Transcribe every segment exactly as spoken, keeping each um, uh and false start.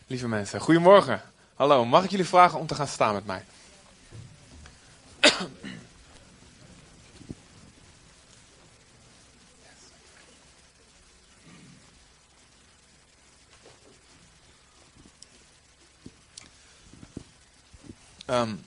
Lieve mensen, goedemorgen. Hallo, mag ik jullie vragen om te gaan staan met mij? Um,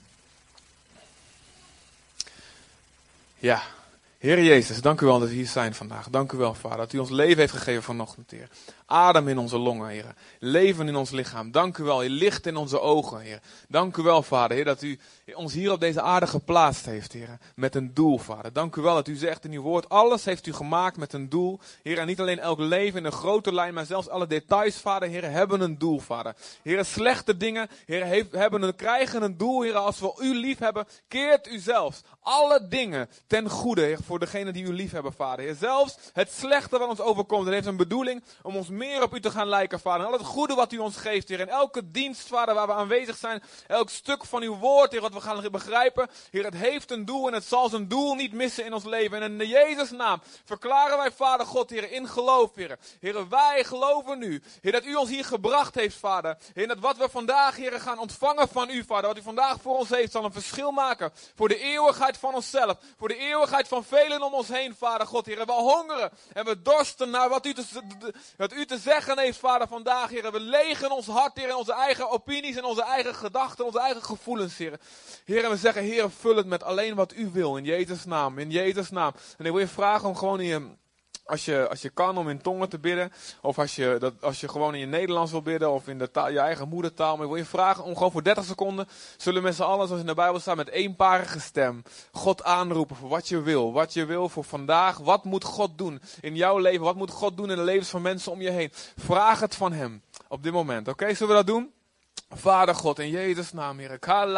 ja, Heer Jezus, dank u wel dat we hier zijn vandaag. Dank u wel, Vader, dat u ons leven heeft gegeven vanochtend, Heer. Adem in onze longen, Heer. Leven in ons lichaam. Dank u wel, Heer. Licht in onze ogen, Heer. Dank u wel, Vader, Heer, dat u ons hier op deze aarde geplaatst heeft, Heer. Met een doel, Vader. Dank u wel dat u zegt in uw woord, alles heeft u gemaakt met een doel. Heer, en niet alleen elk leven in een grote lijn, maar zelfs alle details, Vader, Heer, hebben een doel, Vader. Heer, slechte dingen, Heer, heeft, hebben een, krijgen een doel, Heer. Als we u lief hebben, keert u zelfs alle dingen ten goede, Heer, voor degenen die u lief hebben, Vader. Heer, zelfs het slechte wat ons overkomt, dat heeft een bedoeling om ons meer op u te gaan lijken, Vader. En al het goede wat u ons geeft, Heer. En elke dienst, Vader, waar we aanwezig zijn, elk stuk van uw woord, Heer, wat we gaan begrijpen, Heer, het heeft een doel en het zal zijn doel niet missen in ons leven. En in Jezus' naam verklaren wij, Vader God, Heer, in geloof, Heer. Heer, wij geloven nu, Heer, dat u ons hier gebracht heeft, Vader. Heer, dat wat we vandaag, Heer, gaan ontvangen van u, Vader, wat u vandaag voor ons heeft, zal een verschil maken voor de eeuwigheid van onszelf, voor de eeuwigheid van velen om ons heen, Vader God, Heer. We hongeren en we dorsten naar wat u te, wat u te zeggen heeft, Vader, vandaag, Heer. We legen ons hart, Heer, in onze eigen opinies en onze eigen gedachten, onze eigen gevoelens, Heer. Heer, en we zeggen, Heer, vul het met alleen wat u wil, in Jezus' naam, in Jezus' naam. En ik wil je vragen om gewoon in je, als je, als je kan, om in tongen te bidden, of als je, dat, als je gewoon in je Nederlands wil bidden, of in de taal, je eigen moedertaal, maar ik wil je vragen om gewoon voor dertig seconden, zullen we met z'n allen, zoals in de Bijbel staat, met eenparige stem, God aanroepen voor wat je wil, wat je wil voor vandaag, wat moet God doen in jouw leven, wat moet God doen in de levens van mensen om je heen. Vraag het van hem, op dit moment, oké, okay? Zullen we dat doen? Vader God, in Jezus' naam, Heer.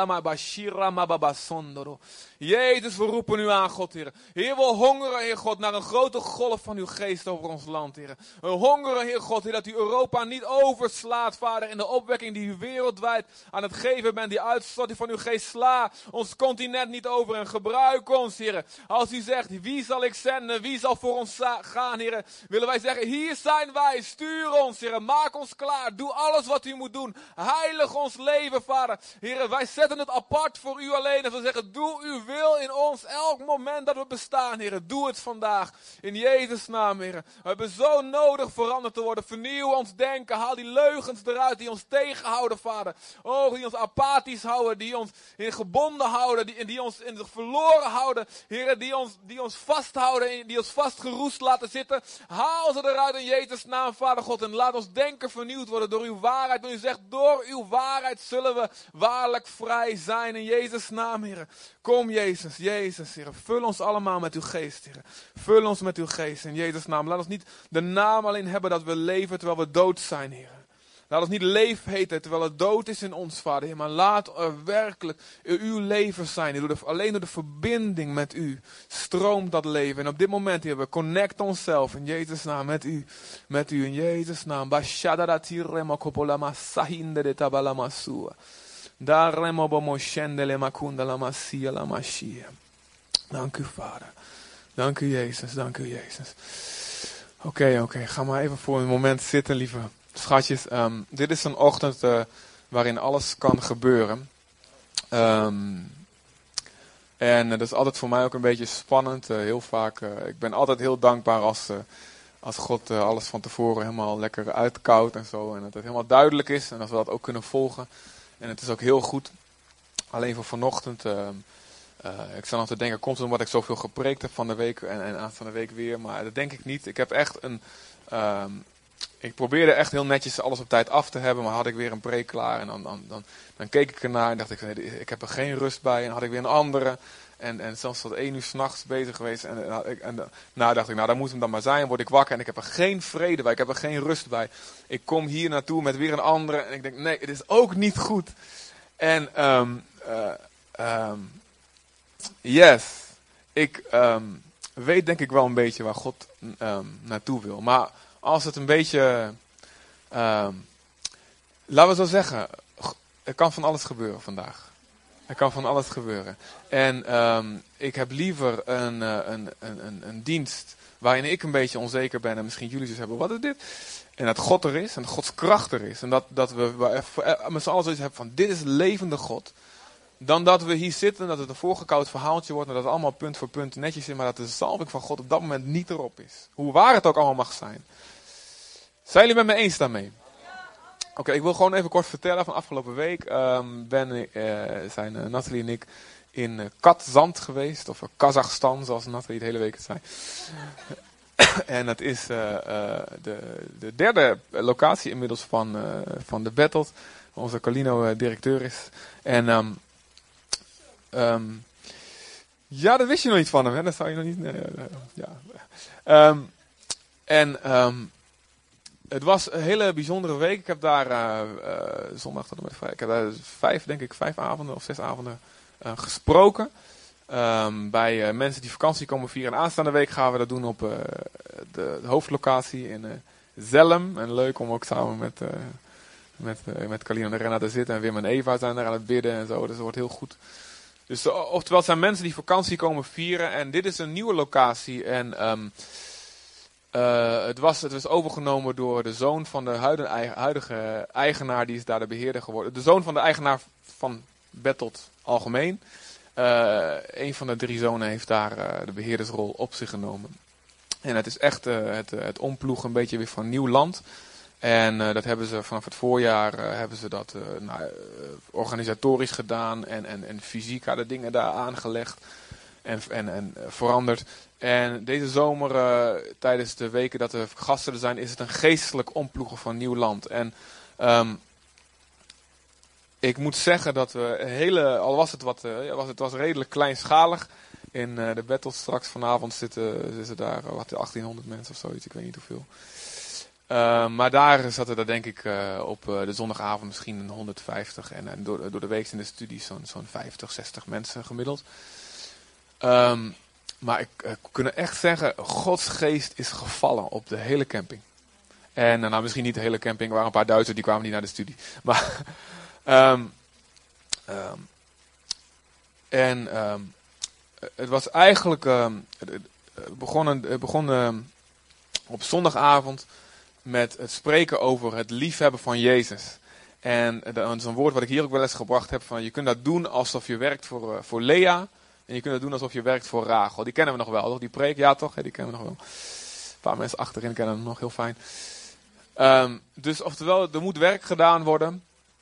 Jezus, we roepen u aan, God, Heer. Heer, we hongeren, Heer God, naar een grote golf van uw geest over ons land, Heer. We hongeren, Heer God, Heer, dat u Europa niet overslaat, Vader, in de opwekking die u wereldwijd aan het geven bent. Die uitstorting van uw geest, sla ons continent niet over en gebruik ons, Heer. Als u zegt, wie zal ik zenden, wie zal voor ons gaan, Heer, willen wij zeggen, hier zijn wij, stuur ons, Heer. Maak ons klaar, doe alles wat u moet doen. Heilig ons leven, Vader. Heer, wij zetten het apart voor u alleen. En we zeggen, doe uw wil in ons elk moment dat we bestaan, Heer. Doe het vandaag. In Jezus' naam, Heer. We hebben zo nodig veranderd te worden. Vernieuw ons denken. Haal die leugens eruit die ons tegenhouden, Vader. Oh, die ons apathisch houden. Die ons in gebonden houden. Die, die ons in verloren houden. Heer, die ons, die ons vasthouden. Die ons vastgeroest laten zitten. Haal ze eruit in Jezus' naam, Vader God. En laat ons denken vernieuwd worden door uw waarheid. Want u zegt, door uw waarheid zullen we waarlijk vrij zijn. In Jezus' naam, Heer. Kom, Jezus, Jezus, Heer. Vul ons allemaal met uw geest, Heer. Vul ons met uw geest in Jezus' naam. Laat ons niet de naam alleen hebben dat we leven terwijl we dood zijn, Heer. Laat ons niet leef heten terwijl het dood is in ons, Vader, Heer. Maar laat er werkelijk uw leven zijn. Door de, alleen door de verbinding met u stroomt dat leven. En op dit moment, Heer, we connecten onszelf in Jezus' naam met u. Met u in Jezus' naam. Bashadadatirema kopolama sahinde de tabalamasua. Daremo bomoshendele makunda lamasia lamashia. Dank u, Vader. Dank u, Jezus. Dank u, Jezus. Oké, okay, oké. Okay. Ga maar even voor een moment zitten, lieve schatjes. Um, dit is een ochtend uh, waarin alles kan gebeuren. Um, en uh, dat is altijd voor mij ook een beetje spannend. Uh, heel vaak, uh, ik ben altijd heel dankbaar als, uh, als God uh, alles van tevoren helemaal lekker uitkoudt en zo. En dat het helemaal duidelijk is en dat we dat ook kunnen volgen. En het is ook heel goed. Alleen voor vanochtend, uh, uh, ik sta nog te denken, komt het omdat ik zoveel gepreekt heb van de week en, en aan van de week weer. Maar dat denk ik niet. Ik heb echt een... Uh, Ik probeerde echt heel netjes alles op tijd af te hebben, maar had ik weer een preek klaar en dan, dan, dan, dan keek ik ernaar en dacht ik, nee, ik heb er geen rust bij. En dan had ik weer een andere en, en zelfs tot één uur 's nachts bezig geweest. En, en, en, en nou dacht ik, nou dan moet hem dan maar zijn, word ik wakker en ik heb er geen vrede bij, ik heb er geen rust bij. Ik kom hier naartoe met weer een andere en ik denk, nee, het is ook niet goed. En, um, uh, um, yes, ik um, weet denk ik wel een beetje waar God um, naartoe wil, maar... Als het een beetje, uh, laten we zo zeggen, er kan van alles gebeuren vandaag. Er kan van alles gebeuren. En um, ik heb liever een, uh, een, een, een, een dienst waarin ik een beetje onzeker ben en misschien jullie dus hebben, wat is dit? En dat God er is en dat Gods kracht er is. En dat, dat we met z'n allen zoiets hebben van dit is levende God. Dan dat we hier zitten en dat het een voorgekoud verhaaltje wordt. En dat het allemaal punt voor punt netjes is. Maar dat de zalving van God op dat moment niet erop is. Hoe waar het ook allemaal mag zijn. Zijn jullie met me eens daarmee? Oké, okay, ik wil gewoon even kort vertellen van afgelopen week. Um, ben, uh, zijn uh, Nathalie en ik in uh, Katzand geweest. Of uh, Kazachstan, zoals Nathalie het hele week het zei. En het is uh, uh, de, de derde locatie inmiddels van, uh, van de Battled. Onze Carlino uh, directeur is. En um, um, ja, dat wist je nog niet van hem, hè? Dat zou je nog niet. Uh, uh, ja. Um, en um, het was een hele bijzondere week. Ik heb daar uh, uh, zondag tot en met vrijdag. Ik heb daar vijf, denk ik, vijf avonden of zes avonden uh, gesproken. Um, bij uh, mensen die vakantie komen vieren. En aanstaande week gaan we dat doen op uh, de, de hoofdlocatie in uh, Zellem. En leuk om ook samen met, uh, met, uh, met Carlino en Renna te zitten. En Wim en Eva zijn daar aan het bidden en zo. Dus dat wordt heel goed. Dus uh, oftewel, het zijn mensen die vakantie komen vieren. En dit is een nieuwe locatie. En um, uh, het, was, het was overgenomen door de zoon van de huidige, huidige eigenaar. Die is daar de beheerder geworden. De zoon van de eigenaar van Battled algemeen. Uh, een van de drie zonen heeft daar uh, de beheerdersrol op zich genomen. En het is echt uh, het, het omploegen een beetje weer van nieuw land. En uh, dat hebben ze vanaf het voorjaar uh, hebben ze dat uh, nou, uh, organisatorisch gedaan. En, en, en fysiek hadden dingen daar aangelegd. En, en, en uh, veranderd. En deze zomer, uh, tijdens de weken dat er gasten er zijn, is het een geestelijk omploegen van nieuw land. En um, ik moet zeggen dat we hele, al was het wat, uh, was het was redelijk kleinschalig. In uh, de Battle straks vanavond zitten, zitten daar uh, wat achttienhonderd mensen of zoiets, ik weet niet hoeveel. Uh, maar daar zaten er denk ik uh, op uh, de zondagavond misschien een honderdvijftig en, en door, door de week in de studie zo'n zo'n vijftig, zestig mensen gemiddeld. Um, maar ik uh, kunnen echt zeggen, Gods geest is gevallen op de hele camping. En uh, nou misschien niet de hele camping, er waren een paar Duitsers die kwamen niet naar de studie. Maar Um, um, en um, het was eigenlijk um, het begon, het begon um, op zondagavond met het spreken over het liefhebben van Jezus. En dat is een woord wat ik hier ook wel eens gebracht heb van je kunt dat doen alsof je werkt voor, uh, voor Lea en je kunt dat doen alsof je werkt voor Rachel. Die kennen we nog wel, toch? Die preek, ja toch? Ja, die kennen we nog wel. Een paar mensen achterin kennen hem nog heel fijn. Um, dus oftewel, er moet werk gedaan worden.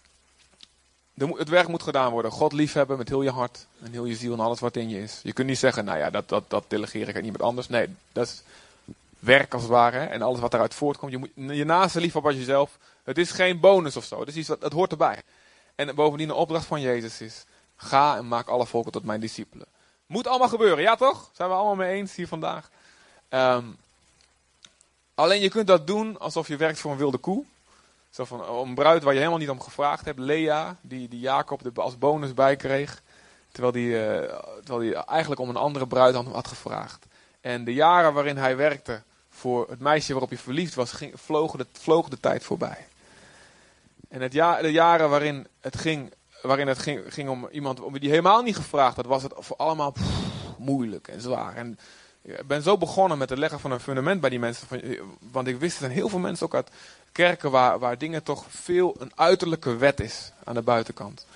Het werk moet gedaan worden. God liefhebben met heel je hart en heel je ziel en alles wat in je is. Je kunt niet zeggen, nou ja, dat, dat, dat delegeer ik aan iemand anders. Nee, dat is werk als het ware. Hè? En alles wat daaruit voortkomt. Je moet je naaste liefhebben als jezelf. Het is geen bonus of zo. Het is iets wat, het hoort erbij. En bovendien de opdracht van Jezus is, ga en maak alle volken tot mijn discipelen. Moet allemaal gebeuren, ja toch? Zijn we allemaal mee eens hier vandaag? Um, alleen je kunt dat doen alsof je werkt voor een wilde koe. Zo van een bruid waar je helemaal niet om gevraagd hebt. Lea, die, die Jacob de, als bonus bij kreeg. Terwijl die, uh, terwijl die eigenlijk om een andere bruid had, had gevraagd. En de jaren waarin hij werkte voor het meisje waarop hij verliefd was, ging, vlogen, de, vlogen de tijd voorbij. En het ja, de jaren waarin het ging, waarin het ging, ging om iemand om wie die helemaal niet gevraagd had, was het voor allemaal pff, moeilijk en zwaar. En ik ben zo begonnen met het leggen van een fundament bij die mensen. Van, want ik wist, er zijn heel veel mensen ook uit kerken waar, waar dingen toch veel een uiterlijke wet is aan de buitenkant.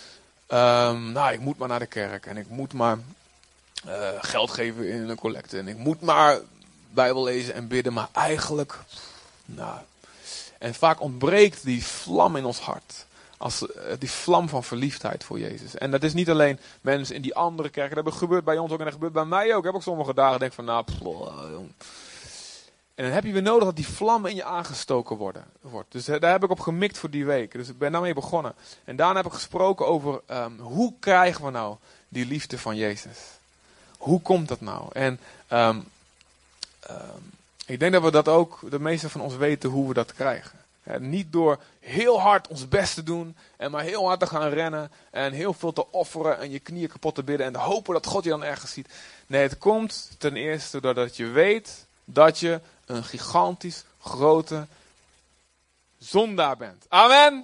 Um, nou, ik moet maar naar de kerk en ik moet maar uh, geld geven in een collecte en ik moet maar Bijbel lezen en bidden, maar eigenlijk, nou, en vaak ontbreekt die vlam in ons hart. Als, uh, die vlam van verliefdheid voor Jezus. En dat is niet alleen mensen in die andere kerken. Dat gebeurt bij ons ook en dat gebeurt bij mij ook. Ik heb ook sommige dagen denk van, nou, pff, jong. En dan heb je weer nodig dat die vlam in je aangestoken worden, wordt. Dus uh, daar heb ik op gemikt voor die week. Dus ik ben daarmee begonnen. En daarna heb ik gesproken over um, hoe krijgen we nou die liefde van Jezus? Hoe komt dat nou? En um, um, ik denk dat we dat ook, de meeste van ons weten hoe we dat krijgen. He, niet door heel hard ons best te doen en maar heel hard te gaan rennen en heel veel te offeren en je knieën kapot te bidden en te hopen dat God je dan ergens ziet. Nee, het komt ten eerste doordat je weet dat je een gigantisch grote zondaar bent. Amen!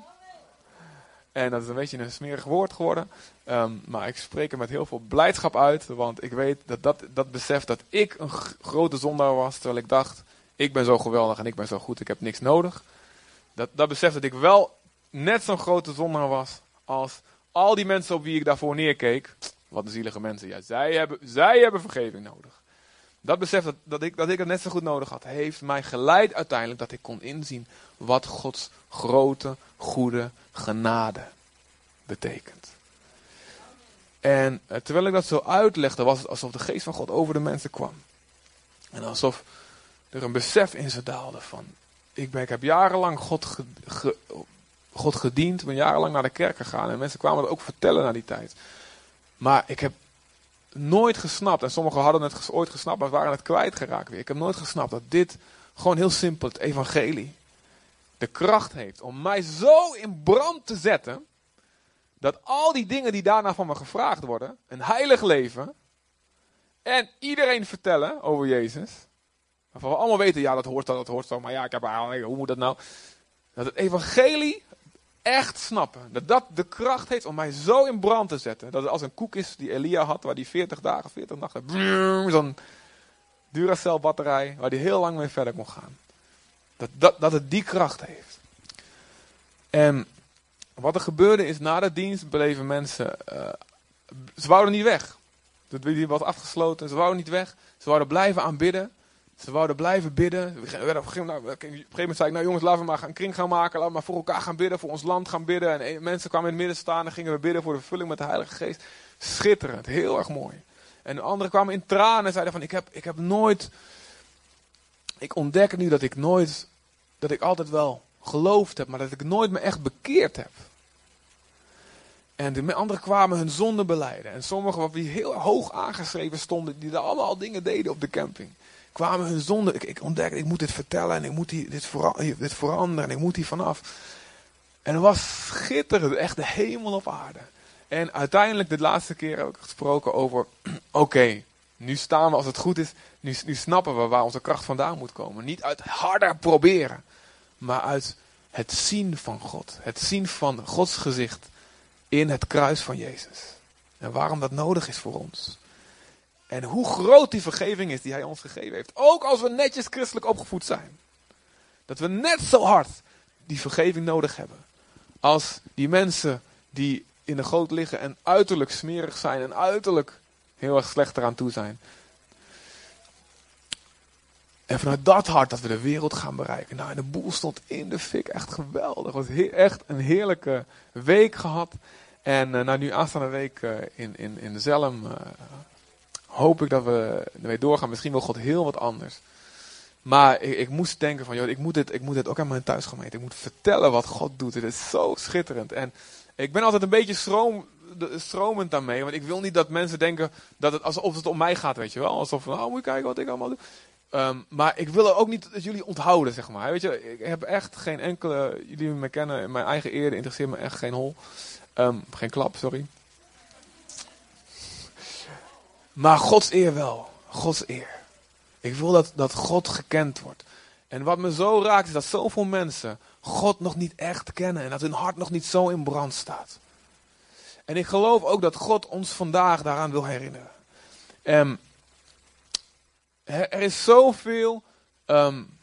En dat is een beetje een smerig woord geworden. Um, maar ik spreek er met heel veel blijdschap uit. Want ik weet dat dat, dat besef dat ik een g- grote zondaar was. Terwijl ik dacht, ik ben zo geweldig en ik ben zo goed, ik heb niks nodig. Dat, dat besef dat ik wel net zo'n grote zondaar was als al die mensen op wie ik daarvoor neerkeek. Wat een zielige mensen. Ja, zij hebben, zij hebben vergeving nodig. Dat besef dat, dat, ik, dat ik het net zo goed nodig had, heeft mij geleid uiteindelijk dat ik kon inzien wat Gods grote, goede genade betekent. En eh, terwijl ik dat zo uitlegde, was het alsof de geest van God over de mensen kwam. En alsof er een besef in ze daalde van, ik, ben, ik heb jarenlang God, ge, ge, God gediend, ben jarenlang naar de kerk gegaan. En mensen kwamen dat ook vertellen na die tijd. Maar ik heb nooit gesnapt, en sommigen hadden het ooit gesnapt, maar waren het kwijtgeraakt weer. Ik heb nooit gesnapt dat dit gewoon heel simpel, het evangelie, de kracht heeft om mij zo in brand te zetten, dat al die dingen die daarna van me gevraagd worden, een heilig leven, en iedereen vertellen over Jezus, waarvan we allemaal weten, ja dat hoort zo, dat hoort zo, maar ja, ik heb eigenlijk, hoe moet dat nou? Dat het evangelie echt snappen, dat dat de kracht heeft om mij zo in brand te zetten, dat het als een koek is die Elia had, waar die veertig dagen, veertig nachten, zo'n Duracell batterij, waar die heel lang mee verder kon gaan. Dat, dat, dat het die kracht heeft. En wat er gebeurde is, na de dienst bleven mensen, uh, ze wouden niet weg. Die was afgesloten, ze wouden niet weg. Ze wouden blijven aanbidden. Ze wouden blijven bidden. Op een gegeven moment zei ik, nou jongens, laten we maar een kring gaan maken. Laten we maar voor elkaar gaan bidden, voor ons land gaan bidden. En mensen kwamen in het midden staan en gingen we bidden voor de vervulling met de Heilige Geest. Schitterend, heel erg mooi. En de anderen kwamen in tranen en zeiden van, ik heb, ik heb nooit, ik ontdek nu dat ik nooit, dat ik altijd wel geloofd heb, maar dat ik nooit me echt bekeerd heb. En de anderen kwamen hun zonde belijden. En sommigen die heel hoog aangeschreven stonden, die daar allemaal al dingen deden op de camping, kwamen hun zonde. Ik, ik ontdekte, ik moet dit vertellen en ik moet die, dit, vera- dit veranderen en ik moet hier vanaf. En het was schitterend, echt de hemel op aarde. En uiteindelijk, de laatste keer heb ik gesproken over, oké, okay, nu staan we als het goed is, nu, nu snappen we waar onze kracht vandaan moet komen. Niet uit harder proberen, maar uit het zien van God. Het zien van Gods gezicht in het kruis van Jezus. En waarom dat nodig is voor ons. En hoe groot die vergeving is die hij ons gegeven heeft. Ook als we netjes christelijk opgevoed zijn. Dat we net zo hard die vergeving nodig hebben. Als die mensen die in de goot liggen en uiterlijk smerig zijn. En uiterlijk heel erg slecht eraan toe zijn. En vanuit dat hart dat we de wereld gaan bereiken. Nou, en de boel stond in de fik. Echt geweldig. Het was he- echt een heerlijke week gehad. En uh, nou, nu aanstaande week uh, in, in, in de Zelm uh, hoop ik dat we ermee doorgaan. Misschien wil God heel wat anders. Maar ik, ik moest denken van, joh, ik moet, dit, ik moet dit ook aan mijn thuisgemeente. Ik moet vertellen wat God doet. Het is zo schitterend. En ik ben altijd een beetje schroom, stromend daarmee. Want ik wil niet dat mensen denken dat het alsof het om mij gaat, weet je wel. Alsof van, oh, moet je kijken wat ik allemaal doe. Um, maar ik wil er ook niet dat jullie onthouden, zeg maar. Weet je, ik heb echt geen enkele, jullie me kennen, mijn eigen eer interesseert me echt geen hol. Um, geen klap, sorry. Maar Gods eer wel. Gods eer. Ik wil dat, dat God gekend wordt. En wat me zo raakt is dat zoveel mensen God nog niet echt kennen. En dat hun hart nog niet zo in brand staat. En ik geloof ook dat God ons vandaag daaraan wil herinneren. Um, er is zoveel... Um,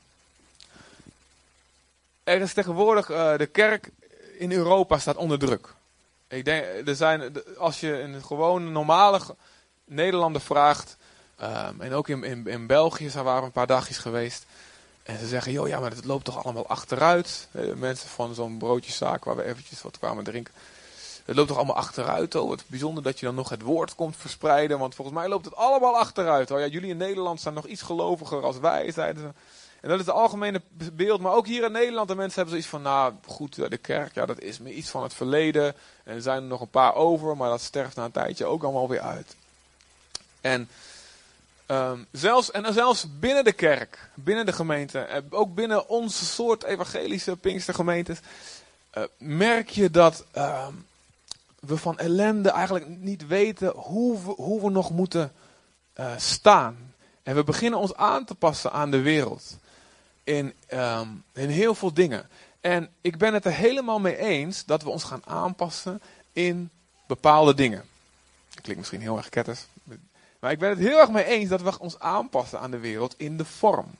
er is tegenwoordig... Uh, de kerk in Europa staat onder druk. Ik denk, er zijn, als je een gewone normale Nederlander vraagt, um, en ook in, in, in België zijn we een paar dagjes geweest, en ze zeggen, joh, ja, maar het loopt toch allemaal achteruit. Eh, mensen van zo'n broodjeszaak waar we eventjes wat kwamen drinken. Het loopt toch allemaal achteruit, oh, het bijzonder dat je dan nog het woord komt verspreiden, want volgens mij loopt het allemaal achteruit. Oh ja, jullie in Nederland zijn nog iets geloviger als wij, zeiden ze. En dat is het algemene beeld. Maar ook hier in Nederland, de mensen hebben zoiets van, nou goed, de kerk, ja, dat is me iets van het verleden. En er zijn er nog een paar over, maar dat sterft na een tijdje ook allemaal weer uit. En, um, zelfs, en zelfs binnen de kerk, binnen de gemeente, ook binnen onze soort evangelische Pinkstergemeentes, uh, merk je dat uh, we van ellende eigenlijk niet weten hoe we, hoe we nog moeten uh, staan. En we beginnen ons aan te passen aan de wereld. In, um, in heel veel dingen. En ik ben het er helemaal mee eens dat we ons gaan aanpassen in bepaalde dingen. Dat klinkt misschien heel erg ketters. Maar ik ben het heel erg mee eens dat we ons aanpassen aan de wereld in de vorm.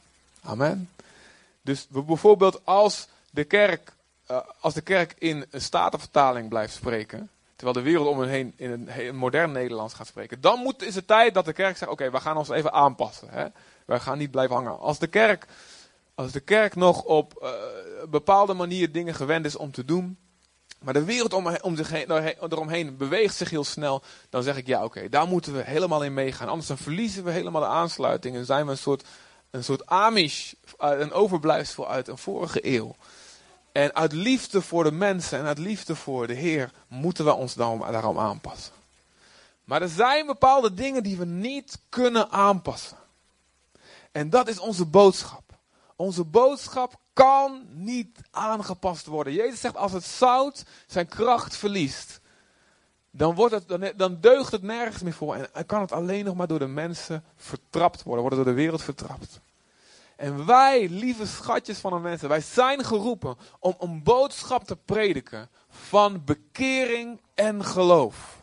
Amen. Dus bijvoorbeeld als de kerk, uh, als de kerk in een statenvertaling blijft spreken, terwijl de wereld om hen heen in een, een modern Nederlands gaat spreken, dan moet, is het tijd dat de kerk zegt, oké, okay, we gaan ons even aanpassen. Hè? Wij gaan niet blijven hangen. Als de kerk, als de kerk nog op uh, een bepaalde manier dingen gewend is om te doen, maar de wereld om, om zich heen, eromheen beweegt zich heel snel, dan zeg ik, ja oké, okay, daar moeten we helemaal in meegaan. Anders dan verliezen we helemaal de aansluiting en zijn we een soort, een soort Amish, een overblijfsel uit een vorige eeuw. En uit liefde voor de mensen en uit liefde voor de Heer moeten we ons daarom, daarom aanpassen. Maar er zijn bepaalde dingen die we niet kunnen aanpassen. En dat is onze boodschap. Onze boodschap kan niet aangepast worden. Jezus zegt, als het zout zijn kracht verliest, dan, wordt het, dan, dan deugt het nergens meer voor. En kan het alleen nog maar door de mensen vertrapt worden. Worden door de wereld vertrapt. En wij, lieve schatjes van de mensen, wij zijn geroepen om een boodschap te prediken van bekering en geloof.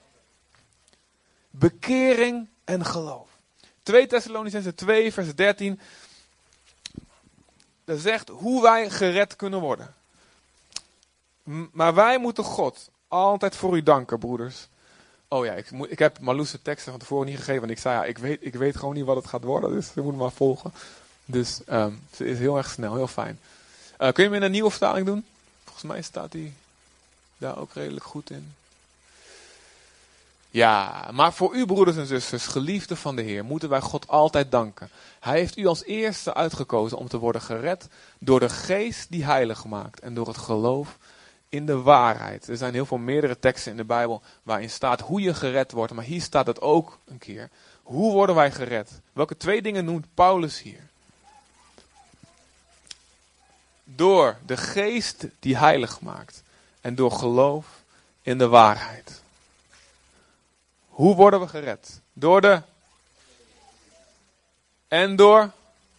Bekering en geloof. twee Thessalonicenzen twee vers dertien. Dat zegt hoe wij gered kunnen worden. Maar wij moeten God altijd voor u danken, broeders. Oh ja, ik, moet, ik heb Marloes de teksten van tevoren niet gegeven. Want ik zei, ja, ik weet, ik weet gewoon niet wat het gaat worden. Dus we moeten maar volgen. Dus um, ze is heel erg snel, heel fijn. Uh, kun je hem in een nieuwe vertaling doen? Volgens mij staat hij daar ook redelijk goed in. Ja, maar voor u broeders en zusters, geliefden van de Heer, moeten wij God altijd danken. Hij heeft u als eerste uitgekozen om te worden gered door de geest die heilig maakt en door het geloof in de waarheid. Er zijn heel veel meerdere teksten in de Bijbel waarin staat hoe je gered wordt, maar hier staat het ook een keer. Hoe worden wij gered? Welke twee dingen noemt Paulus hier? Door de geest die heilig maakt en door geloof in de waarheid. Hoe worden we gered? Door de... En door...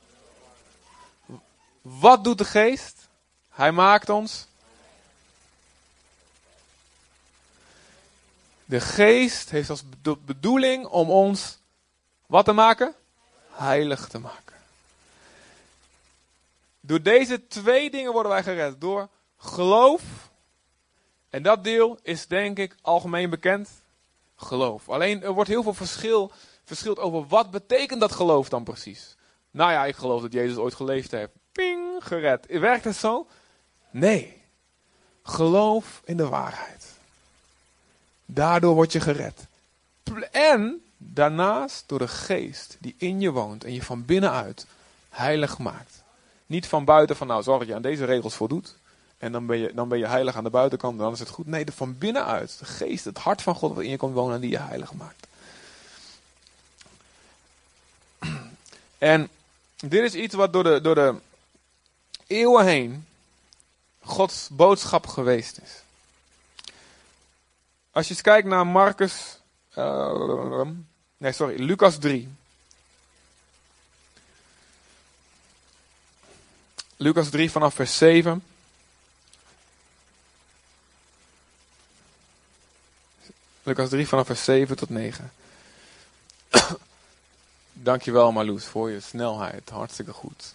Wat doet de geest? Hij maakt ons... De geest heeft als bedoeling om ons... Wat te maken? Heilig te maken. Door deze twee dingen worden wij gered. Door geloof. En dat deel is denk ik algemeen bekend. Geloof. Alleen er wordt heel veel verschil, verschild over wat betekent dat geloof dan precies. Nou ja, ik geloof dat Jezus ooit geleefd heeft. Ping, gered. Werkt het zo? Nee. Geloof in de waarheid. Daardoor word je gered. En daarnaast door de geest die in je woont en je van binnenuit heilig maakt. Niet van buiten van nou zorg dat je aan deze regels voldoet. En dan ben, je, dan ben je heilig aan de buitenkant en dan is het goed. Nee, de van binnenuit. De geest, het hart van God wat in je komt wonen en die je heilig maakt. En dit is iets wat door de, door de eeuwen heen Gods boodschap geweest is. Als je eens kijkt naar Marcus, uh, nee sorry, Lucas drie. Lucas drie vanaf vers zeven. Lucas drie vanaf vers zeven tot negen. Dankjewel Marloes voor je snelheid. Hartstikke goed.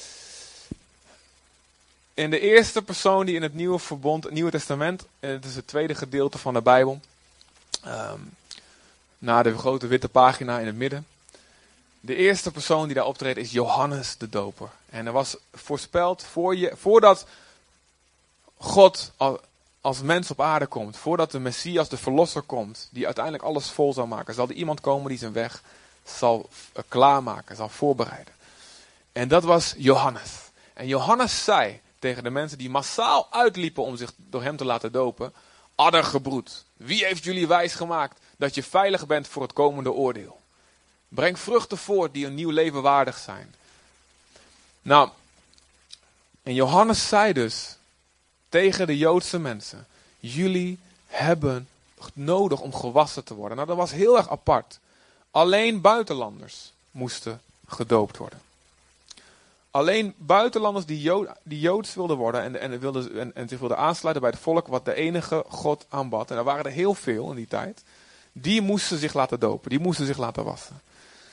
In de eerste persoon die in het Nieuwe Verbond, het Nieuwe Testament, en het is het tweede gedeelte van de Bijbel. Um, na de grote witte pagina in het midden. De eerste persoon die daar optreedt is Johannes de Doper. En er was voorspeld voor je, voordat God al, als mens op aarde komt, voordat de Messias, de verlosser komt, die uiteindelijk alles vol zal maken, zal er iemand komen die zijn weg zal uh, klaarmaken, zal voorbereiden. En dat was Johannes. En Johannes zei tegen de mensen die massaal uitliepen om zich door hem te laten dopen, addergebroed, wie heeft jullie wijs gemaakt dat je veilig bent voor het komende oordeel? Breng vruchten voort die een nieuw leven waardig zijn. Nou, en Johannes zei dus tegen de Joodse mensen, jullie hebben nodig om gewassen te worden. Nou, dat was heel erg apart. Alleen buitenlanders moesten gedoopt worden. Alleen buitenlanders die, Jood, die Joods wilden worden en, en, wilden, en, en zich wilden aansluiten bij het volk wat de enige God aanbad. En er waren er heel veel in die tijd. Die moesten zich laten dopen, die moesten zich laten wassen.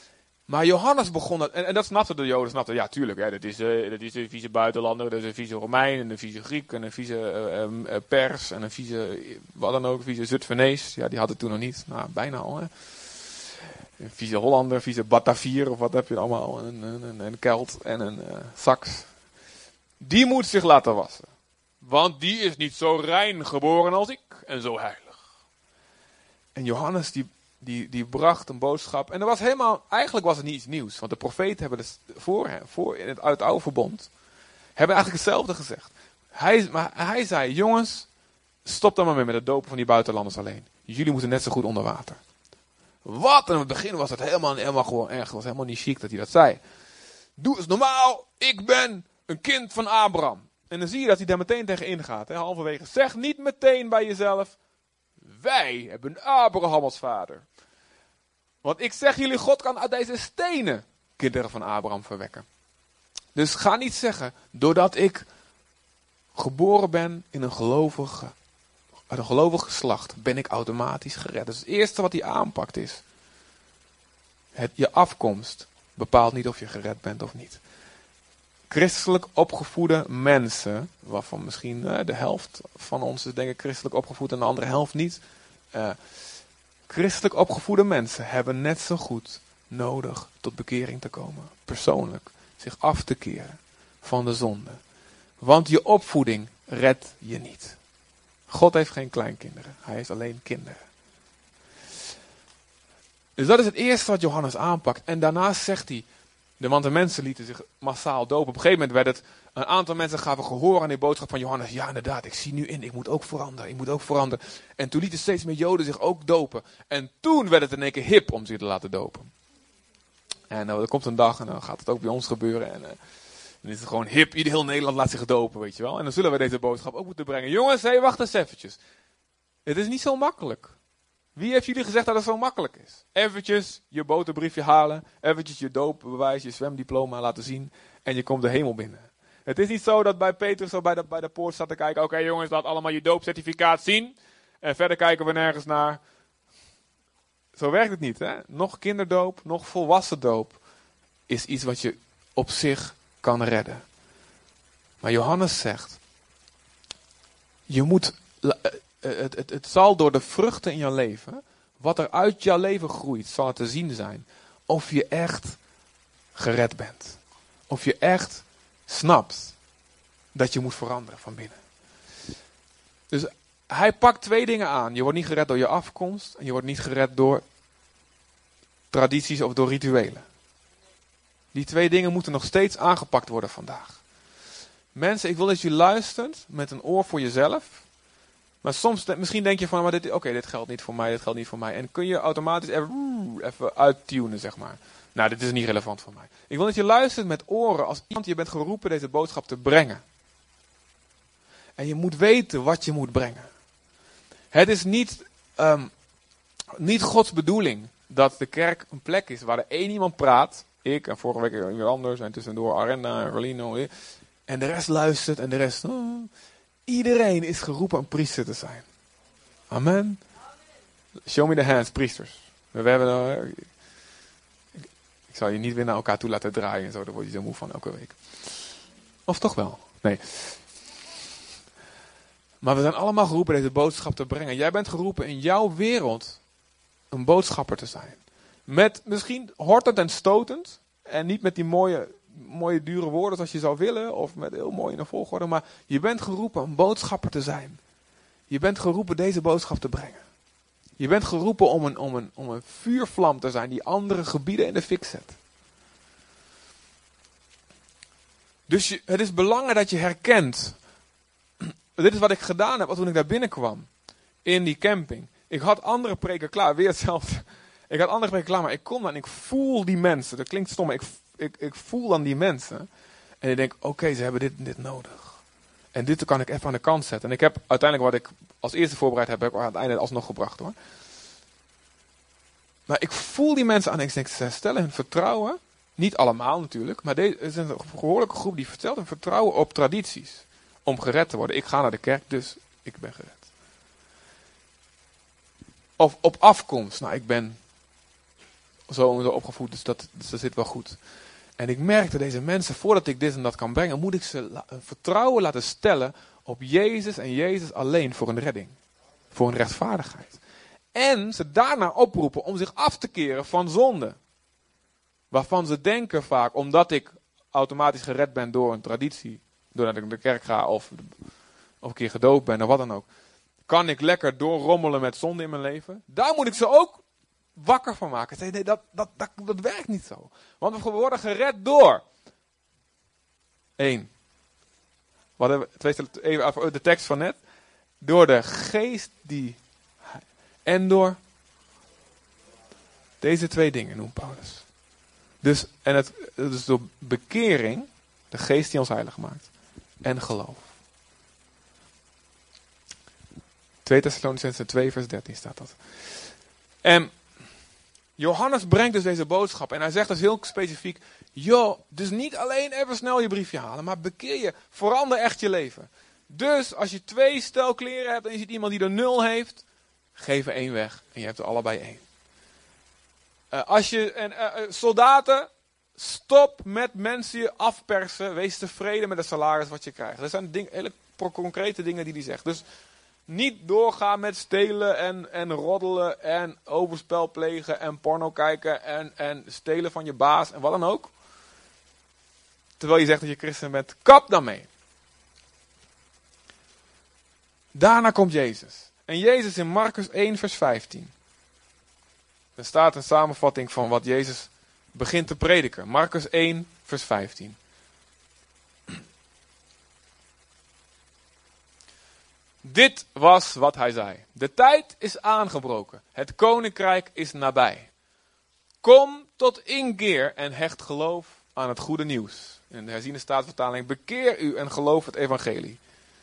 Maar Johannes begon dat, en, en dat snapte de Joden, snapten, ja tuurlijk, hè, dat, is, uh, dat is een vieze buitenlander, dat is een vieze Romein, en een vieze Griek, en een vieze uh, uh, Pers, en een vieze, wat dan ook, een vieze Zutphenees, ja die had het toen nog niet, nou bijna al hè. Een vieze Hollander, vieze Batavier, of wat heb je allemaal, een, een, een, een Kelt en een uh, Saks. Die moet zich laten wassen, want die is niet zo rein geboren als ik, en zo heilig. En Johannes die Die, die bracht een boodschap. En er was helemaal, eigenlijk was het niet iets nieuws. Want de profeten hebben dus voor hem, voor in het, uit het oude verbond, hebben eigenlijk hetzelfde gezegd. Hij, maar hij zei, jongens, stop dan maar mee met het dopen van die buitenlanders alleen. Jullie moeten net zo goed onder water. Wat? En in het begin was het helemaal, helemaal gewoon erg. Het was helemaal niet chic dat hij dat zei. Doe eens normaal, ik ben een kind van Abraham. En dan zie je dat hij daar meteen tegen ingaat. Hè, halverwege, zeg niet meteen bij jezelf, wij hebben Abraham als vader. Want ik zeg jullie, God kan uit deze stenen kinderen van Abraham verwekken. Dus ga niet zeggen, doordat ik geboren ben in een gelovige, uit een gelovig geslacht, ben ik automatisch gered. Dus het eerste wat hij aanpakt is, het, je afkomst bepaalt niet of je gered bent of niet. Christelijk opgevoede mensen, waarvan misschien uh, de helft van ons is denk ik christelijk opgevoed en de andere helft niet. Uh, Christelijk opgevoede mensen hebben net zo goed nodig tot bekering te komen. Persoonlijk. Zich af te keren van de zonde. Want je opvoeding redt je niet. God heeft geen kleinkinderen. Hij heeft alleen kinderen. Dus dat is het eerste wat Johannes aanpakt. En daarnaast zegt hij, de want de mensen lieten zich massaal dopen. Op een gegeven moment werd het, een aantal mensen gaven gehoor aan die boodschap van Johannes. Ja inderdaad, ik zie nu in, ik moet ook veranderen, ik moet ook veranderen. En toen lieten steeds meer Joden zich ook dopen. En toen werd het in één keer hip om zich te laten dopen. En uh, er komt een dag en dan gaat het ook bij ons gebeuren. En uh, dan is het gewoon hip, ieder heel Nederland laat zich dopen, weet je wel. En dan zullen we deze boodschap ook moeten brengen. Jongens, hé, hey, wacht eens eventjes. Het is niet zo makkelijk. Wie heeft jullie gezegd dat het zo makkelijk is? Eventjes je boterbriefje halen, eventjes je doopbewijs, je zwemdiploma laten zien en je komt de hemel binnen. Het is niet zo dat bij Petrus zo bij de, bij de poort staat te kijken, oké okay, jongens, laat allemaal je doopcertificaat zien en verder kijken we nergens naar. Zo werkt het niet, hè? Nog kinderdoop, nog volwassen doop is iets wat je op zich kan redden. Maar Johannes zegt, je moet... Het, het, het zal door de vruchten in jouw leven, wat er uit jouw leven groeit, zal het te zien zijn of je echt gered bent. Of je echt snapt dat je moet veranderen van binnen. Dus hij pakt twee dingen aan. Je wordt niet gered door je afkomst en je wordt niet gered door tradities of door rituelen. Die twee dingen moeten nog steeds aangepakt worden vandaag. Mensen, ik wil dat je luistert met een oor voor jezelf. Maar soms, misschien denk je van, maar dit, oké, okay, dit geldt niet voor mij, dit geldt niet voor mij. En kun je automatisch even, even uittunen, zeg maar. Nou, dit is niet relevant voor mij. Ik wil dat je luistert met oren als iemand, je bent geroepen deze boodschap te brengen. En je moet weten wat je moet brengen. Het is niet, um, niet Gods bedoeling dat de kerk een plek is waar er één iemand praat. Ik en vorige week iemand anders en tussendoor Arenda en Rolino. En de rest luistert en de rest... Oh, iedereen is geroepen een priester te zijn. Amen. Show me the hands, priesters. We hebben, uh, ik, ik zal je niet weer naar elkaar toe laten draaien en zo. Daar word je zo moe van elke week. Of toch wel? Nee. Maar we zijn allemaal geroepen deze boodschap te brengen. Jij bent geroepen in jouw wereld een boodschapper te zijn. Met misschien hortend en stotend. En niet met die mooie... mooie dure woorden zoals je zou willen, of met heel mooi in een volgorde, maar je bent geroepen een boodschapper te zijn. Je bent geroepen deze boodschap te brengen. Je bent geroepen om een, om een, om een vuurvlam te zijn die andere gebieden in de fik zet. Dus je, het is belangrijk dat je herkent, dit is wat ik gedaan heb toen ik daar binnenkwam, in die camping. Ik had andere preken klaar, weer hetzelfde. Ik had andere preken klaar, maar ik kom dan en ik voel die mensen. Dat klinkt stom, maar ik Ik, ik voel dan die mensen. En ik denk, oké, okay, ze hebben dit en dit nodig. En dit kan ik even aan de kant zetten. En ik heb uiteindelijk wat ik als eerste voorbereid heb, heb ik aan het einde alsnog gebracht hoor. Maar ik voel die mensen aan en ik denk, ze stellen hun vertrouwen. Niet allemaal natuurlijk. Maar deze is een behoorlijke groep die vertelt hun vertrouwen op tradities. Om gered te worden. Ik ga naar de kerk, dus ik ben gered. Of op afkomst. Nou, ik ben zo en zo opgevoed, dus dat, dus dat zit wel goed. En ik merkte deze mensen, voordat ik dit en dat kan brengen, moet ik ze la- vertrouwen laten stellen op Jezus en Jezus alleen voor een redding. Voor een rechtvaardigheid. En ze daarna oproepen om zich af te keren van zonde. Waarvan ze denken vaak, omdat ik automatisch gered ben door een traditie, doordat ik naar de kerk ga of, of een keer gedoopt ben of wat dan ook, kan ik lekker doorrommelen met zonde in mijn leven. Daar moet ik ze ook wakker van maken. Zeg, nee, dat, dat, dat, dat werkt niet zo. Want we worden gered door. Eén. Wat hebben we, twee, even over de tekst van net. Door de geest die... En door... Deze twee dingen noemt Paulus. Dus, en het, dus door bekering, de geest die ons heilig maakt. En geloof. twee Thessalonicenzen twee vers dertien staat dat. En Johannes brengt dus deze boodschap. En hij zegt dus heel specifiek. Joh, dus niet alleen even snel je briefje halen. Maar bekeer je. Verander echt je leven. Dus als je twee stel kleren hebt. En je ziet iemand die er nul heeft. Geef er één weg. En je hebt er allebei één. Uh, als je, en, uh, uh, soldaten. Stop met mensen je afpersen. Wees tevreden met het salaris wat je krijgt. Dat zijn ding, hele concrete dingen die hij zegt. Dus niet doorgaan met stelen en, en roddelen en overspel plegen en porno kijken en, en stelen van je baas en wat dan ook. Terwijl je zegt dat je christen bent, kap dan mee. Daarna komt Jezus. En Jezus in Marcus één vers vijftien. Er staat een samenvatting van wat Jezus begint te prediken. Marcus één vers vijftien. Dit was wat hij zei. De tijd is aangebroken. Het koninkrijk is nabij. Kom tot inkeer en hecht geloof aan het goede nieuws. In de herziene staatvertaling, bekeer u en geloof het evangelie.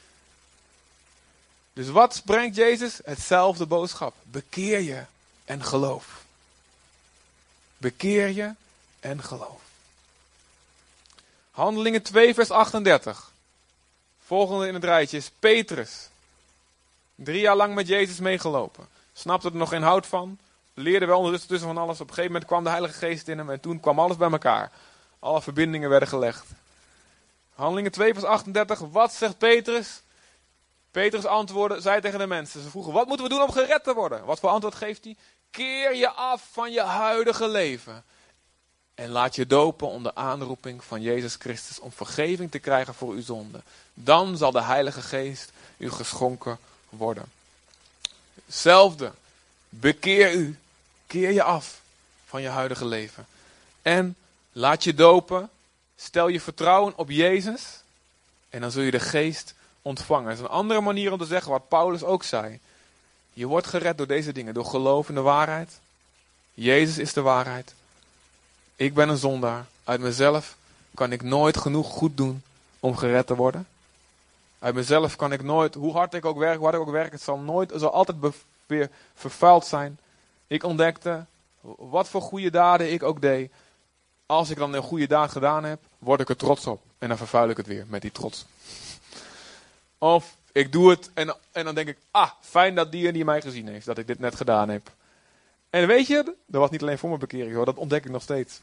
Dus wat brengt Jezus? Hetzelfde boodschap. Bekeer je en geloof. Bekeer je en geloof. Handelingen twee vers achtendertig. Volgende in het rijtje is Petrus. Drie jaar lang met Jezus meegelopen. Snapte er nog geen hout van. Leerde wel ondertussen van alles. Op een gegeven moment kwam de Heilige Geest in hem. En toen kwam alles bij elkaar. Alle verbindingen werden gelegd. Handelingen twee vers achtendertig. Wat zegt Petrus? Petrus antwoordde, zei tegen de mensen. Ze vroegen, wat moeten we doen om gered te worden? Wat voor antwoord geeft hij? Keer je af van je huidige leven. En laat je dopen onder aanroeping van Jezus Christus. Om vergeving te krijgen voor uw zonde. Dan zal de Heilige Geest u geschonken worden. Hetzelfde. Bekeer u. Keer je af van je huidige leven. En laat je dopen. Stel je vertrouwen op Jezus. En dan zul je de geest ontvangen. Dat is een andere manier om te zeggen wat Paulus ook zei. Je wordt gered door deze dingen. Door geloof in de waarheid. Jezus is de waarheid. Ik ben een zondaar. Uit mezelf kan ik nooit genoeg goed doen om gered te worden. Uit mezelf kan ik nooit, hoe hard ik ook werk, hoe hard ik ook werk, het zal nooit, het zal altijd be- weer vervuild zijn. Ik ontdekte, wat voor goede daden ik ook deed. Als ik dan een goede daad gedaan heb, word ik er trots op. En dan vervuil ik het weer met die trots. Of ik doe het en, en dan denk ik, ah, fijn dat die en die mij gezien heeft, dat ik dit net gedaan heb. En weet je, dat was niet alleen voor mijn bekering hoor, dat ontdek ik nog steeds.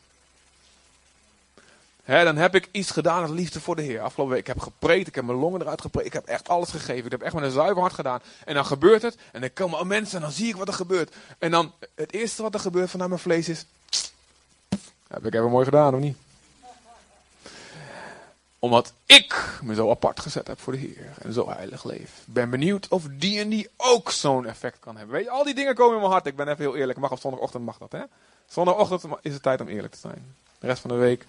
He, dan heb ik iets gedaan uit liefde voor de Heer. Afgelopen week, ik heb gepreekt, ik heb mijn longen eruit gepreekt, ik heb echt alles gegeven. Ik heb echt met een zuiver hart gedaan. En dan gebeurt het, en dan komen mensen en dan zie ik wat er gebeurt. En dan, het eerste wat er gebeurt vanuit mijn vlees is, heb ik even mooi gedaan, of niet? Omdat ik me zo apart gezet heb voor de Heer. En zo heilig leef. Ik ben benieuwd of die en die ook zo'n effect kan hebben. Weet je, al die dingen komen in mijn hart. Ik ben even heel eerlijk. Mag op zondagochtend mag dat, hè? Zondagochtend is het tijd om eerlijk te zijn. De rest van de week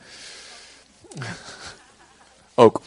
ook.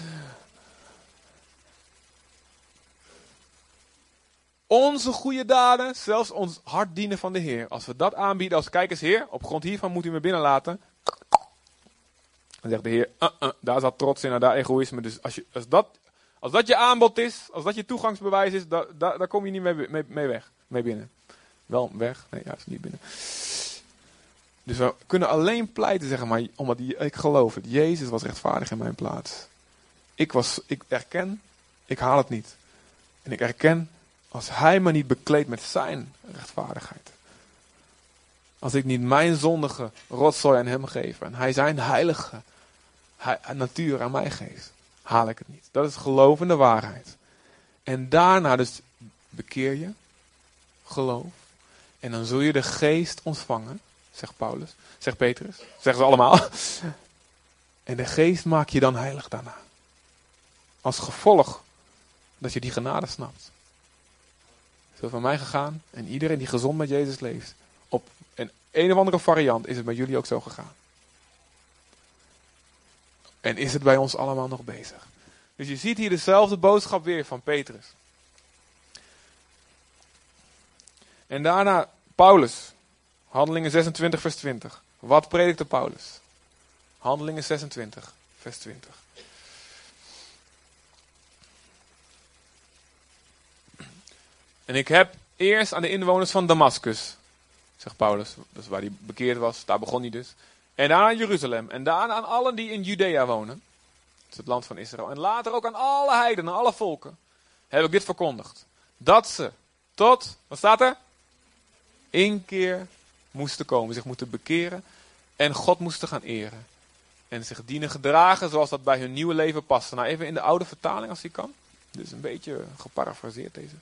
Onze goede daden, zelfs ons hart dienen van de Heer. Als we dat aanbieden als kijk eens Heer, op grond hiervan moet u me binnenlaten. Dan zegt de Heer, uh, uh, daar zat trots in en daar egoïsme. Dus als, je, als, dat, als dat je aanbod is, als dat je toegangsbewijs is, daar, daar, daar kom je niet mee, mee, mee weg, mee binnen. Wel weg, nee juist niet binnen. Dus we kunnen alleen pleiten, zeg maar, omdat ik geloof het. Jezus was rechtvaardig in mijn plaats. Ik, was, ik erken, ik haal het niet. En ik erken, als hij me niet bekleedt met zijn rechtvaardigheid. als ik niet mijn zondige rotzooi aan hem geef en hij zijn heilige natuur aan mij geeft, haal ik het niet. Dat is geloof in de waarheid. En daarna dus bekeer je, geloof, en dan zul je de geest ontvangen, zegt Paulus, zegt Petrus, zeggen ze allemaal. En de geest maak je dan heilig daarna. Als gevolg dat je die genade snapt. Zo van mij gegaan en iedereen die gezond met Jezus leeft, op een een of andere variant is het bij jullie ook zo gegaan. En is het bij ons allemaal nog bezig. Dus je ziet hier dezelfde boodschap weer van Petrus. En daarna Paulus. Handelingen zesentwintig vers twintig. Wat predikte Paulus? Handelingen zesentwintig vers twintig. En ik heb eerst aan de inwoners van Damascus, zegt Paulus, dat is waar hij bekeerd was, daar begon hij dus. En daarna aan Jeruzalem. En daarna aan allen die in Judea wonen. Dat is het land van Israël. En later ook aan alle heidenen, alle volken. Heb ik dit verkondigd. Dat ze tot, wat staat er? Inkeer moesten komen. Zich moeten bekeren. En God moesten gaan eren. En zich dienen gedragen zoals dat bij hun nieuwe leven paste. Nou even in de oude vertaling als die kan. Dit is een beetje geparafraseerd deze.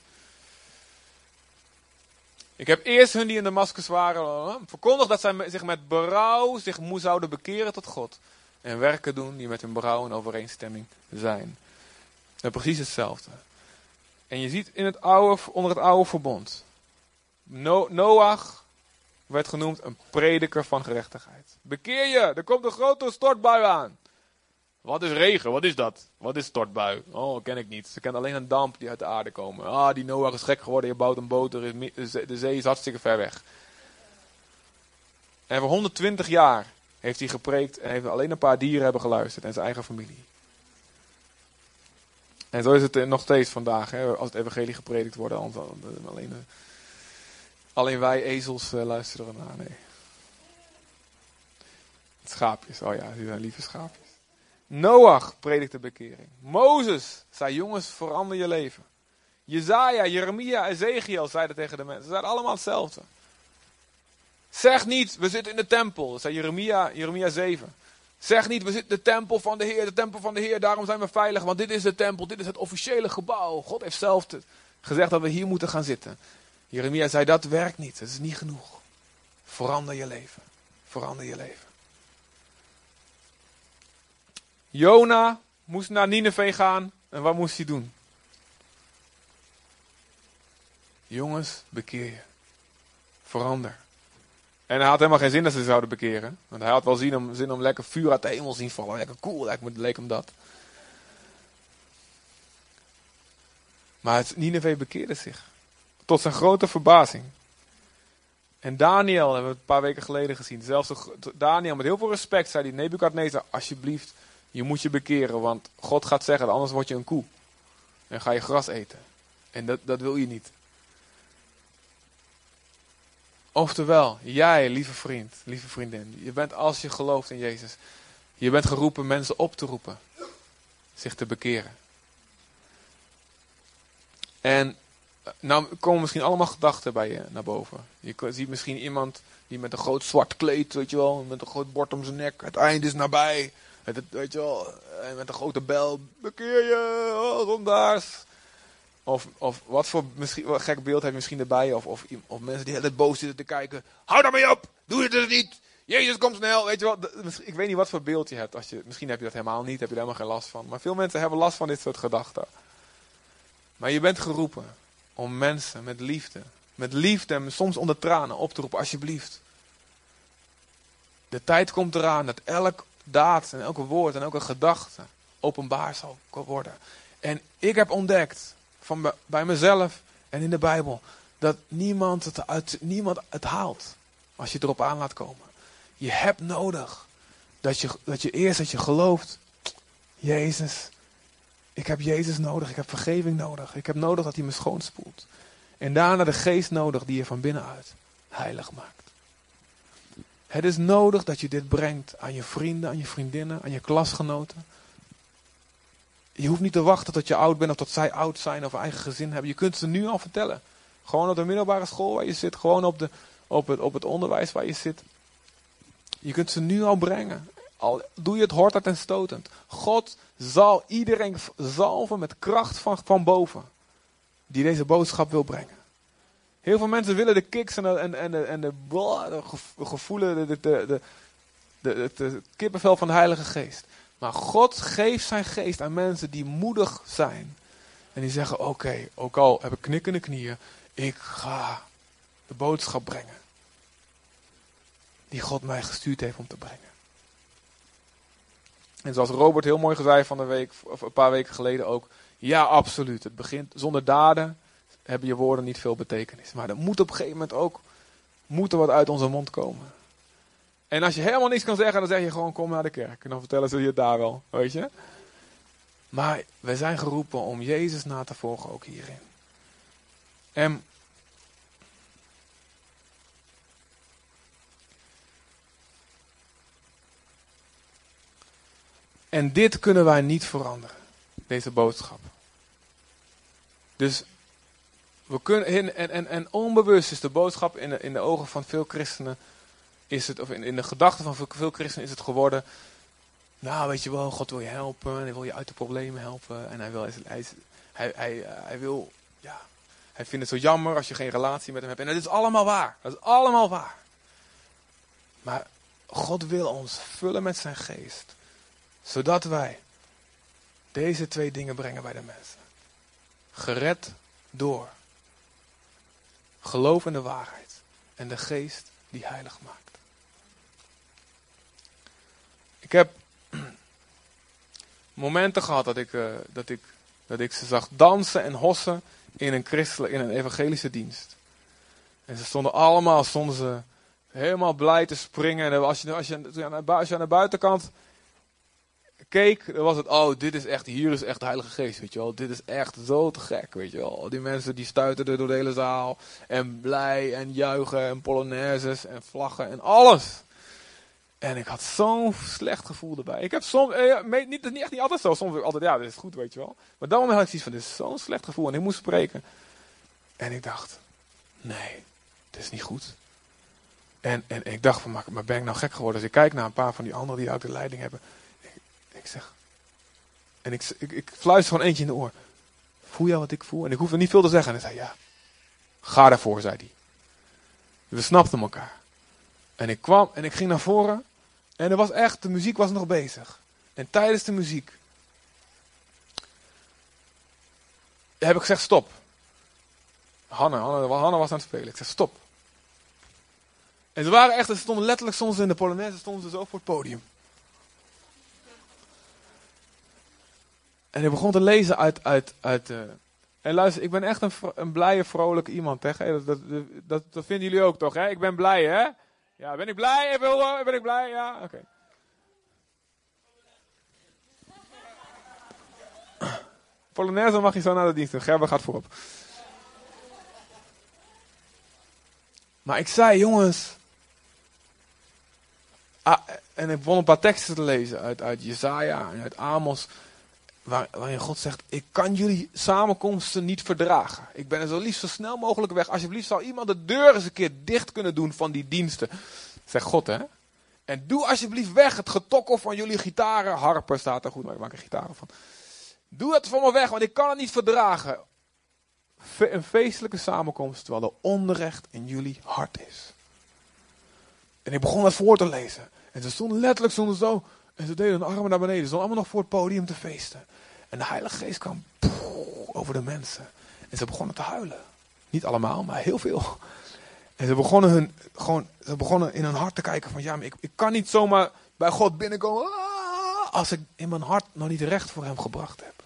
Ik heb eerst hun die in Damascus waren verkondigd dat zij zich met berouw zich moe zouden bekeren tot God. En werken doen die met hun berouw in overeenstemming zijn. En precies hetzelfde. En je ziet in het oude, onder het oude verbond. No, Noach werd genoemd een prediker van gerechtigheid. Bekeer je, er komt een grote stortbui aan. Wat is regen? Wat is dat? Wat is stortbui? Oh, dat ken ik niet. Ze kennen alleen een damp die uit de aarde komen. Ah, die Noach is gek geworden. Je bouwt een boot. Er is, de zee is hartstikke ver weg. En voor honderdtwintig jaar heeft hij gepreekt. En heeft alleen een paar dieren hebben geluisterd. En zijn eigen familie. En zo is het nog steeds vandaag. Hè, als het evangelie gepredikt wordt. Alleen, alleen wij ezels uh, luisteren ernaar. Nee. Schaapjes. Oh ja, die zijn lieve schaapjes. Noach predikte bekering. Mozes zei, jongens, verander je leven. Jezaja, Jeremia, Ezekiel zeiden tegen de mensen. Ze zeiden allemaal hetzelfde. Zeg niet, we zitten in de tempel. Dat zei Jeremia, Jeremia zeven. Zeg niet, we zitten in de tempel van de Heer, de tempel van de Heer, daarom zijn we veilig. Want dit is de tempel, dit is het officiële gebouw. God heeft zelf gezegd dat we hier moeten gaan zitten. Jeremia zei, dat werkt niet, dat is niet genoeg. Verander je leven. Verander je leven. Jona moest naar Nineve gaan. En wat moest hij doen? Jongens, bekeer je. Verander. En hij had helemaal geen zin dat ze zouden bekeren. Want hij had wel zin om, zin om lekker vuur uit de hemel zien vallen. Lekker cool, leek, leek hem dat. Maar het Nineve bekeerde zich. Tot zijn grote verbazing. En Daniel, hebben we een paar weken geleden gezien. Zelfs de, Daniel met heel veel respect zei hij, Nebukadnezar, alsjeblieft, je moet je bekeren. Want God gaat zeggen, anders word je een koe. En ga je gras eten. En dat, dat wil je niet. Oftewel, jij, lieve vriend, lieve vriendin. Je bent, als je gelooft in Jezus. Je bent geroepen mensen op te roepen. Zich te bekeren. En nou komen misschien allemaal gedachten bij je naar boven. Je ziet misschien iemand die met een groot zwart kleed, weet je wel, met een groot bord om zijn nek. Het einde is nabij. Met het, weet je wel, met een grote bel. Bekeer je, oh, zondaars. Of, of wat voor misschien, wat gek beeld heb je misschien erbij. Of, of, of mensen die heel boos zitten te kijken. Hou daarmee op, doe het dus niet. Jezus komt snel, weet je wel. Ik weet niet wat voor beeld je hebt. Als je, misschien heb je dat helemaal niet, heb je er helemaal geen last van. Maar veel mensen hebben last van dit soort gedachten. Maar je bent geroepen om mensen met liefde, met liefde en soms onder tranen op te roepen, alsjeblieft. De tijd komt eraan dat elk daad en elke woord en elke gedachte openbaar zal worden. En ik heb ontdekt, van bij mezelf en in de Bijbel, dat niemand het, uit, niemand het haalt als je het erop aan laat komen. Je hebt nodig dat je, dat je eerst dat je gelooft, Jezus, ik heb Jezus nodig, ik heb vergeving nodig, ik heb nodig dat hij me schoonspoelt. En daarna de geest nodig die je van binnenuit heilig maakt. Het is nodig dat je dit brengt aan je vrienden, aan je vriendinnen, aan je klasgenoten. Je hoeft niet te wachten tot je oud bent of tot zij oud zijn of eigen gezin hebben. Je kunt ze nu al vertellen. Gewoon op de middelbare school waar je zit, gewoon op de, op het, op het onderwijs waar je zit. Je kunt ze nu al brengen. Al doe je het hortend en stotend. God zal iedereen zalven met kracht van, van boven. Die deze boodschap wil brengen. Heel veel mensen willen de kicks en de, en, en de, en de, de gevoelen, de, de, de, de, de, de kippenvel van de Heilige Geest. Maar God geeft zijn geest aan mensen die moedig zijn. En die zeggen, oké, okay, ook al heb ik knikkende knieën, ik ga de boodschap brengen. Die God mij gestuurd heeft om te brengen. En zoals Robert heel mooi zei van de week, of een paar weken geleden ook. Ja, absoluut. Het begint zonder daden hebben je woorden niet veel betekenis. Maar er moet op een gegeven moment ook moet er wat uit onze mond komen. En als je helemaal niks kan zeggen, dan zeg je gewoon kom naar de kerk. En dan vertellen ze je het daar wel, weet je. Maar we zijn geroepen om Jezus na te volgen ook hierin. En En dit kunnen wij niet veranderen. Deze boodschap. Dus we kunnen, en, en, en, en onbewust is de boodschap in de, in de ogen van veel christenen, is het, of in, in de gedachten van veel, veel christenen is het geworden, nou weet je wel, God wil je helpen, en hij wil je uit de problemen helpen. En hij wil, hij, hij, hij, hij wil, ja, hij vindt het zo jammer als je geen relatie met hem hebt. En dat is allemaal waar. Dat is allemaal waar. Maar God wil ons vullen met zijn geest. Zodat wij deze twee dingen brengen bij de mensen. Gered door geloof in de waarheid en de geest die heilig maakt. Ik heb momenten gehad dat ik, uh, dat ik, dat ik ze zag dansen en hossen in een christelijke, in een evangelische dienst. En ze stonden allemaal, stonden ze helemaal blij te springen. En als je, als je, als je aan de buitenkant keek, dan was het, oh, dit is echt, hier is echt de Heilige Geest, weet je wel. Dit is echt zo te gek, weet je wel. Die mensen die stuiterden door de hele zaal. En blij en juichen en polonaises en vlaggen en alles. En ik had zo'n slecht gevoel erbij. Ik heb soms, eh, niet, niet, echt niet altijd zo. Soms altijd, ja, dit is goed, weet je wel. Maar dan had ik zoiets van, dit is zo'n slecht gevoel. En ik moest spreken. En ik dacht, nee, dit is niet goed. En, en, en ik dacht van, maar, maar ben ik nou gek geworden? Dus ik kijk naar een paar van die anderen die ook de leiding hebben. Ik zeg, en ik, ik, ik fluister gewoon eentje in de oor. Voel jij wat ik voel? En ik hoefde niet veel te zeggen. En hij zei, ja, ga daarvoor, zei hij. We snapten elkaar. En ik kwam en ik ging naar voren. En er was echt, de muziek was nog bezig. En tijdens de muziek heb ik gezegd, stop. Hanne, Hanne, Hanne was aan het spelen. Ik zeg, stop. En ze waren echt, ze stonden letterlijk soms in de Polonaise, stonden ze zo voor het podium. En ik begon te lezen uit... uit, uit uh... En luister, ik ben echt een, een blije, vrolijke iemand. Hè? Dat, dat, dat, dat vinden jullie ook toch? Hè? Ik ben blij, hè? Ja, ben ik blij? Ben ik blij? Ja, oké. Okay. Polonaise mag je zo naar de dienst doen. Gerber gaat voorop. Maar ik zei, jongens... Ah, en ik begon een paar teksten te lezen uit, uit Jesaja en uit Amos... Waar, waarin God zegt, ik kan jullie samenkomsten niet verdragen. Ik ben er zo liefst zo snel mogelijk weg. Alsjeblieft zou iemand de deur eens een keer dicht kunnen doen van die diensten. Zegt God, hè. En doe alsjeblieft weg het getokkel van jullie gitaren. Harper staat er goed, maar ik maak er gitaren van. Doe het van me weg, want ik kan het niet verdragen. Fe- een feestelijke samenkomst, terwijl er onrecht in jullie hart is. En ik begon dat voor te lezen. En ze stonden letterlijk stonden zo... En ze deden hun armen naar beneden. Ze stonden allemaal nog voor het podium te feesten. En de Heilige Geest kwam poeh, over de mensen. En ze begonnen te huilen. Niet allemaal, maar heel veel. En ze begonnen, hun, gewoon, ze begonnen in hun hart te kijken van... Ja, maar ik, ik kan niet zomaar bij God binnenkomen... Ah, als ik in mijn hart nog niet recht voor hem gebracht heb.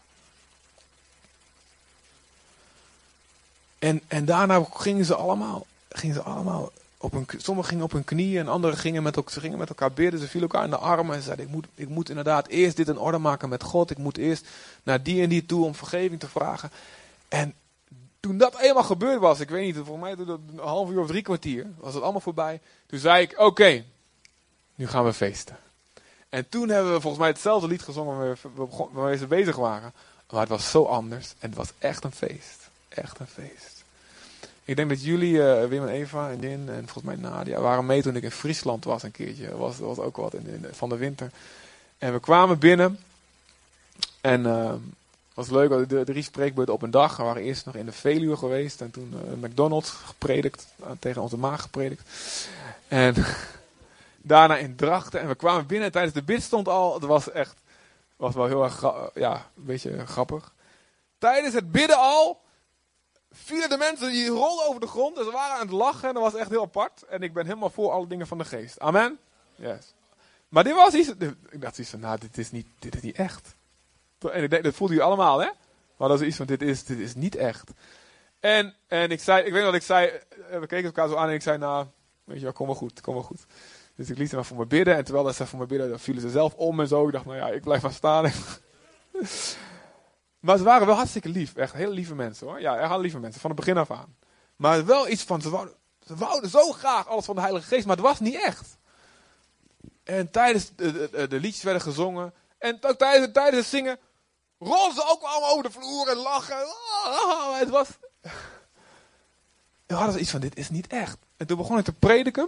En, en daarna gingen ze allemaal... Gingen ze allemaal Op hun, sommigen gingen op hun knieën en anderen gingen met, ze gingen met elkaar bidden. Ze vielen elkaar in de armen en ze zeiden, ik moet, ik moet inderdaad eerst dit in orde maken met God. Ik moet eerst naar die en die toe om vergeving te vragen. En toen dat eenmaal gebeurd was, ik weet niet, volgens mij een half uur of drie kwartier, was het allemaal voorbij. Toen zei ik, oké, okay, nu gaan we feesten. En toen hebben we volgens mij hetzelfde lied gezongen waarmee ze bezig waren. Maar het was zo anders en het was echt een feest. Echt een feest. Ik denk dat jullie, uh, Wim en Eva en Din en volgens mij Nadia, waren mee toen ik in Friesland was een keertje. Dat was, was ook wat in, in, van de winter. En we kwamen binnen. En uh, het was leuk, we hadden drie spreekbeurten op een dag. We waren eerst nog in de Veluwe geweest. En toen uh, McDonald's gepredikt. Uh, tegen onze maag gepredikt. En daarna in Drachten. En we kwamen binnen tijdens de bid stond al. Het was echt, was wel heel erg, gra- ja, een beetje grappig. Tijdens het bidden al vielen de mensen die rolden over de grond. En ze waren aan het lachen. En dat was echt heel apart. En ik ben helemaal voor alle dingen van de geest. Amen? Yes. Maar dit was iets, ik dacht iets van, nou, dit is niet, dit is niet echt. En ik denk, dat voelden jullie allemaal, hè? Maar dat is iets van, dit is, dit is niet echt. En, en ik zei, ik weet nog dat ik zei, we keken elkaar zo aan en ik zei, nou, weet je wel, kom wel goed, kom wel goed. Dus ik liet ze maar voor me bidden. En terwijl ze voor me bidden, dan vielen ze zelf om en zo. Ik dacht, nou ja, ik blijf maar staan. Maar ze waren wel hartstikke lief. Echt hele lieve mensen, hoor. Ja, echt hele lieve mensen, van het begin af aan. Maar wel iets van, ze wouden, ze wouden zo graag alles van de Heilige Geest, maar het was niet echt. En tijdens de, de, de liedjes werden gezongen. En ook tijdens, tijdens het zingen rolden ze ook allemaal over de vloer en lachen. Oh, het was... We hadden iets van, dit is niet echt. En toen begon ik te prediken.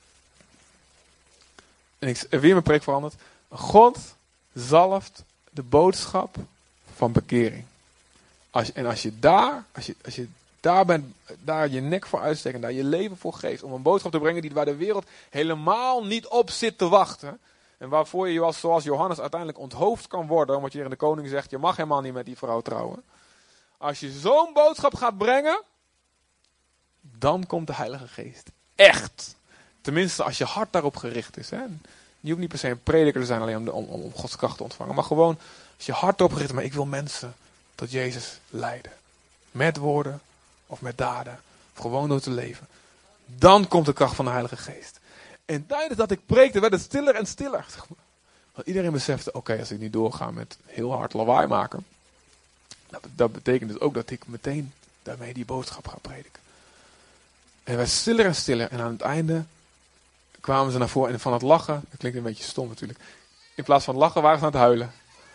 En ik heb weer mijn preek veranderd. God zalft de boodschap van bekering. Als je, en als je daar, als je, als je daar bent, daar je nek voor uitsteekt en daar je leven voor geeft. Om een boodschap te brengen die waar de wereld helemaal niet op zit te wachten. En waarvoor je zoals Johannes uiteindelijk onthoofd kan worden. Omdat je tegen de koning zegt, je mag helemaal niet met die vrouw trouwen. Als je zo'n boodschap gaat brengen, dan komt de Heilige Geest. Echt. Tenminste, als je hart daarop gericht is. Hè. Je hoeft niet per se een prediker te zijn alleen om, om, om Gods kracht te ontvangen. Maar gewoon, als je hart erop gericht is, maar ik wil mensen tot Jezus leiden. Met woorden of met daden. Of gewoon door te leven. Dan komt de kracht van de Heilige Geest. En tijdens dat ik preekte, werd het stiller en stiller. Want iedereen besefte, oké, okay, als ik niet doorga met heel hard lawaai maken. Dat, dat betekent dus ook dat ik meteen daarmee die boodschap ga prediken. En het werd stiller en stiller. En aan het einde kwamen ze naar voren. En van het lachen, dat klinkt een beetje stom natuurlijk. In plaats van lachen waren ze aan het huilen.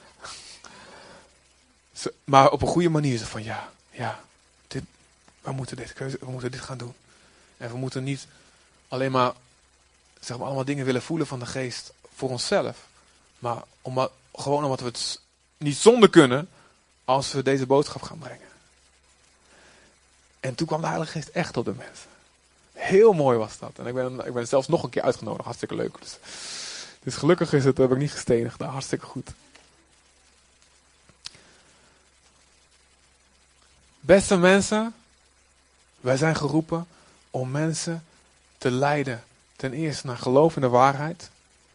Ze, maar op een goede manier. Ze van ja, ja, dit, we moeten dit keuze, we moeten dit gaan doen. En we moeten niet alleen maar, zeg maar allemaal dingen willen voelen van de geest voor onszelf. Maar om, gewoon omdat we het niet zonder kunnen als we deze boodschap gaan brengen. En toen kwam de Heilige Geest echt op de mensen. Heel mooi was dat. En ik ben, ik ben zelfs nog een keer uitgenodigd. Hartstikke leuk. Dus, dus gelukkig is het, heb ik niet gestenigd. Nou, hartstikke goed. Beste mensen, wij zijn geroepen om mensen te leiden. Ten eerste naar geloof in de waarheid.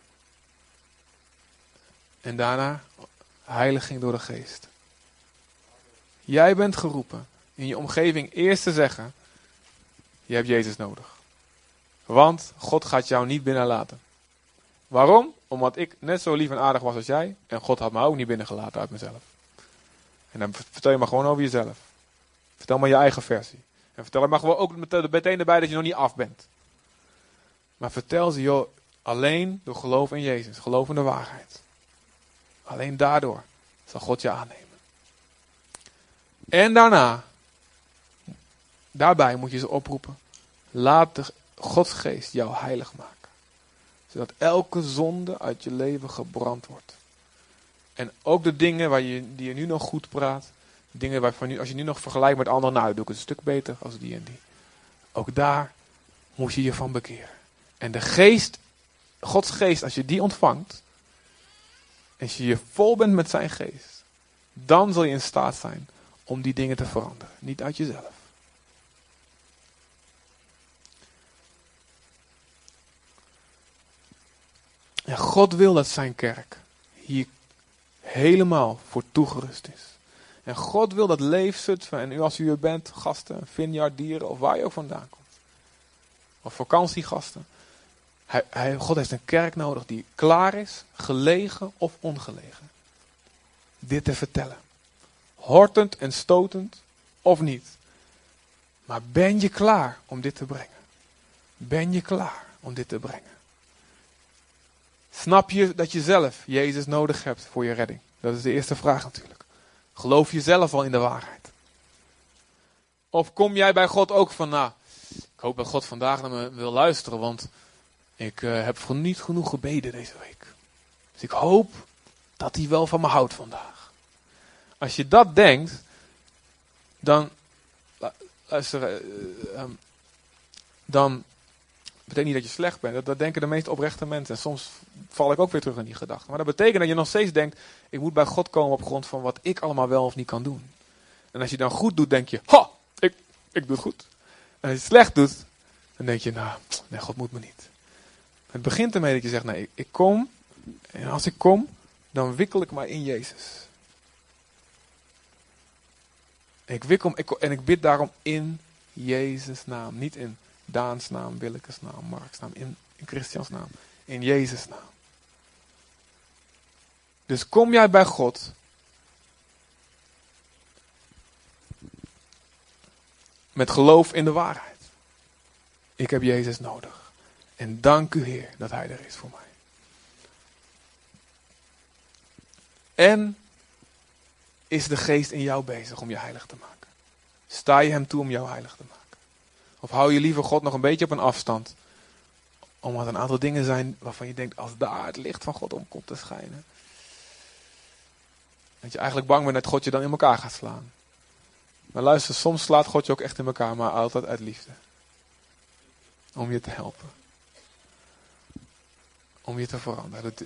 En daarna heiliging door de geest. Jij bent geroepen in je omgeving eerst te zeggen, je hebt Jezus nodig. Want God gaat jou niet binnenlaten. Waarom? Omdat ik net zo lief en aardig was als jij. En God had me ook niet binnengelaten uit mezelf. En dan vertel je maar gewoon over jezelf. Vertel maar je eigen versie. En vertel er maar gewoon ook meteen erbij dat je nog niet af bent. Maar vertel ze, joh, alleen door geloof in Jezus. Geloof in de waarheid. Alleen daardoor zal God je aannemen. En daarna, daarbij moet je ze oproepen. Laat de Gods geest jou heilig maken. Zodat elke zonde uit je leven gebrand wordt. En ook de dingen waar je, die je nu nog goed praat. Dingen waarvan nu, als je nu nog vergelijkt met anderen. Nou, dan doe ik het een stuk beter als die en die. Ook daar moet je je van bekeren. En de geest, Gods geest, als je die ontvangt. Als je je vol bent met zijn geest. Dan zul je in staat zijn om die dingen te veranderen. Niet uit jezelf. En God wil dat zijn kerk hier helemaal voor toegerust is. En God wil dat Leefzutphen, en u als u er bent, gasten, vineyard, dieren, of waar je ook vandaan komt. Of vakantiegasten. Hij, hij, God heeft een kerk nodig die klaar is, gelegen of ongelegen. Dit te vertellen. Hortend en stotend of niet. Maar ben je klaar om dit te brengen? Ben je klaar om dit te brengen? Snap je dat je zelf Jezus nodig hebt voor je redding? Dat is de eerste vraag natuurlijk. Geloof je zelf al in de waarheid? Of kom jij bij God ook van, nou, ik hoop dat God vandaag naar me wil luisteren, want ik uh, heb voor niet genoeg gebeden deze week. Dus ik hoop dat hij wel van me houdt vandaag. Als je dat denkt, dan, luister, uh, um, dan betekent niet dat je slecht bent. Dat, dat denken de meest oprechte mensen. En soms val ik ook weer terug in die gedachten. Maar dat betekent dat je nog steeds denkt, ik moet bij God komen op grond van wat ik allemaal wel of niet kan doen. En als je dan goed doet, denk je, ha, ik, ik doe het goed. En als je het slecht doet, dan denk je, nou, nee, God moet me niet. Het begint ermee dat je zegt, nee, ik, ik kom. En als ik kom, dan wikkel ik mij in Jezus. Ik wikkel ik, en ik bid daarom in Jezus' naam. Niet in Daans naam, Willekes naam, Marks naam, in, in Christians naam. In Jezus' naam. Dus kom jij bij God. Met geloof in de waarheid. Ik heb Jezus nodig. En dank u Heer dat Hij er is voor mij. En is de geest in jou bezig om je heilig te maken? Sta je hem toe om jou heilig te maken? Of hou je liever God nog een beetje op een afstand? Omdat er een aantal dingen zijn waarvan je denkt, als daar het licht van God om komt te schijnen. Dat je eigenlijk bang bent dat God je dan in elkaar gaat slaan. Maar luister, soms slaat God je ook echt in elkaar, maar altijd uit liefde. Om je te helpen. Om je te veranderen. Dat...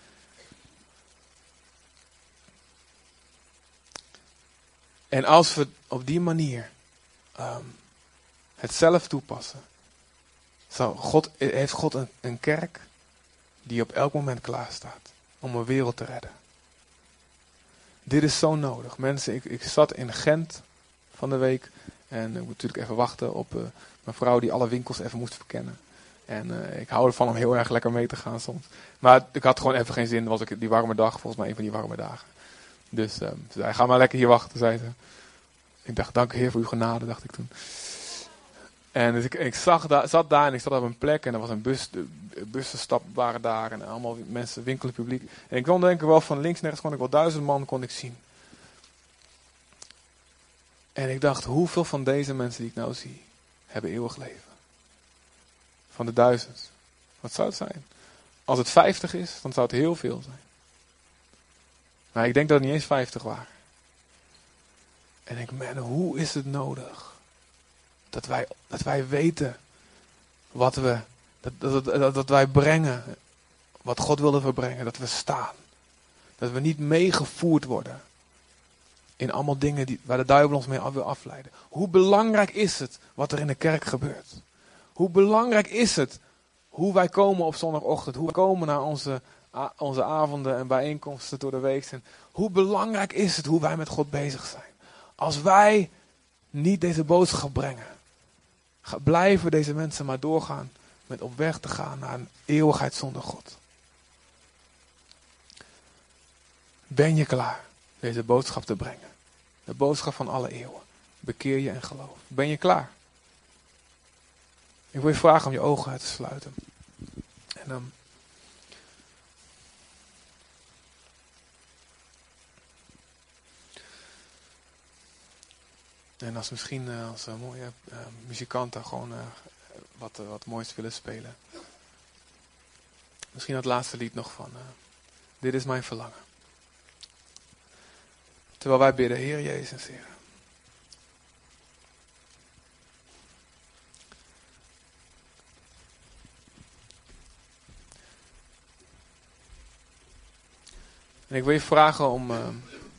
En als we op die manier um, het zelf toepassen, zou God, heeft God een, een kerk die op elk moment klaar staat om een wereld te redden. Dit is zo nodig. Mensen, ik, ik zat in Gent van de week en ik moet natuurlijk even wachten op uh, mijn vrouw die alle winkels even moest verkennen. En uh, ik hou ervan om heel erg lekker mee te gaan soms. Maar ik had gewoon even geen zin. Was ik die warme dag, volgens mij een van die warme dagen. Dus um, ze zei, ga maar lekker hier wachten, zei ze. Ik dacht, dank u Heer voor uw genade, dacht ik toen. En dus ik, ik zag da- zat daar en ik zat op een plek en er was een bus, de bussenstap waren daar en allemaal mensen, winkelen, publiek. En ik kon denken wel van links, rechts kon ik wel duizend man kon ik zien. En ik dacht, hoeveel van deze mensen die ik nou zie, hebben eeuwig leven? Van de duizend. Wat zou het zijn? Als het vijftig is, dan zou het heel veel zijn. Maar ik denk dat het niet eens vijftig waren. En ik man, hoe is het nodig? Dat wij, dat wij weten wat we, dat, dat, dat, dat wij brengen, wat God wilde verbrengen, dat we staan. Dat we niet meegevoerd worden in allemaal dingen die, waar de duivel ons mee wil afleiden. Hoe belangrijk is het wat er in de kerk gebeurt? Hoe belangrijk is het hoe wij komen op zondagochtend, hoe we komen naar onze, a, onze avonden en bijeenkomsten door de week. En hoe belangrijk is het hoe wij met God bezig zijn? Als wij niet deze boodschap brengen, blijven deze mensen maar doorgaan met op weg te gaan naar een eeuwigheid zonder God. Ben je klaar deze boodschap te brengen? De boodschap van alle eeuwen. Bekeer je en geloof. Ben je klaar? Ik wil je vragen om je ogen uit te sluiten. En dan... En als misschien uh, als uh, mooie uh, muzikanten gewoon uh, wat, uh, wat moois willen spelen. Misschien het laatste lied nog van uh, Dit is mijn verlangen. Terwijl wij bidden, Heer Jezus, Heer. En ik wil je vragen om... Uh,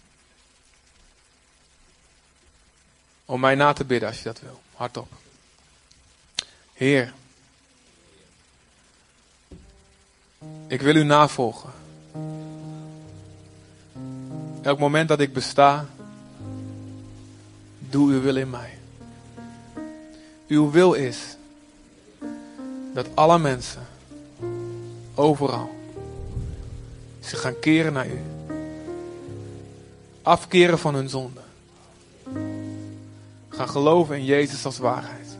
Om mij na te bidden als je dat wil. Hardop. Heer. Ik wil u navolgen. Elk moment dat ik besta. Doe uw wil in mij. Uw wil is. Dat alle mensen. Overal. Zich gaan keren naar u. Afkeren van hun zonde. Gaan geloven in Jezus als waarheid.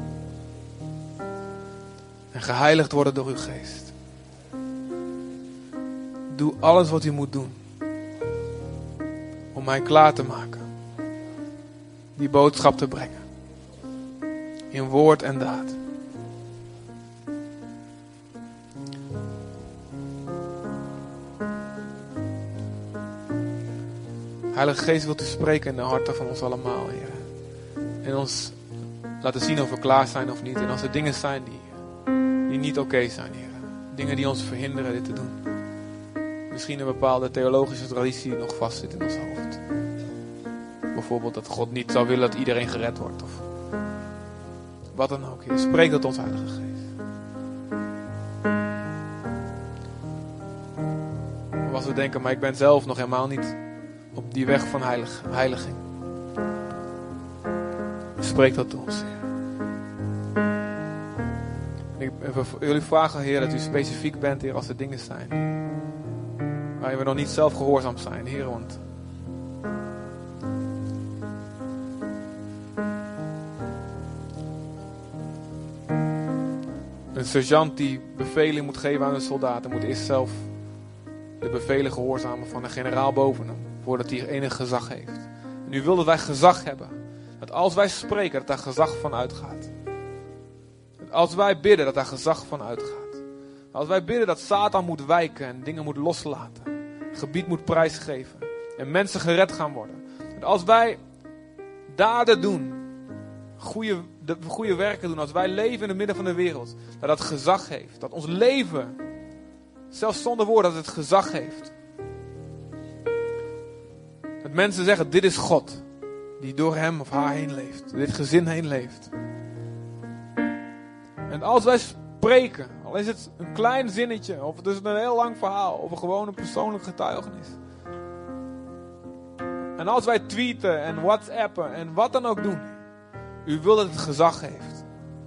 En geheiligd worden door uw geest. Doe alles wat u moet doen. Om mij klaar te maken. Die boodschap te brengen. In woord en daad. Heilige Geest, wilt u spreken in de harten van ons allemaal, Heer. En ons laten zien of we klaar zijn of niet. En als er dingen zijn die, die niet oké okay zijn, Heer. Dingen die ons verhinderen dit te doen. Misschien een bepaalde theologische traditie die nog vast zit in ons hoofd. Bijvoorbeeld dat God niet zou willen dat iedereen gered wordt. Of wat dan ook, Heer. Spreek tot ons, Heilige Geest. Of als we denken, maar ik ben zelf nog helemaal niet op die weg van heilig, heiliging. Spreek dat tot ons, Heer. Ik wil jullie vragen, Heer, dat u specifiek bent, Heer, als er dingen zijn waarin we nog niet zelf gehoorzaam zijn, Heer, want een sergeant die bevelen moet geven aan een soldaat, moet eerst zelf de bevelen gehoorzamen van een generaal boven hem, voordat hij enig gezag heeft. En u wil dat wij gezag hebben. Dat als wij spreken, dat daar gezag van uitgaat. Dat als wij bidden, dat daar gezag van uitgaat. Als wij bidden dat Satan moet wijken en dingen moet loslaten. Gebied moet prijsgeven. En mensen gered gaan worden. Dat als wij daden doen, goede, de goede werken doen, als wij leven in het midden van de wereld, dat dat gezag heeft. Dat ons leven, zelfs zonder woorden, dat het gezag heeft. Dat mensen zeggen, dit is God. Die door hem of haar heen leeft. Door dit gezin heen leeft. En als wij spreken, al is het een klein zinnetje, of het is een heel lang verhaal, of een gewoon een persoonlijk getuigenis. En als wij tweeten en whatsappen en wat dan ook doen. U wil dat het gezag heeft.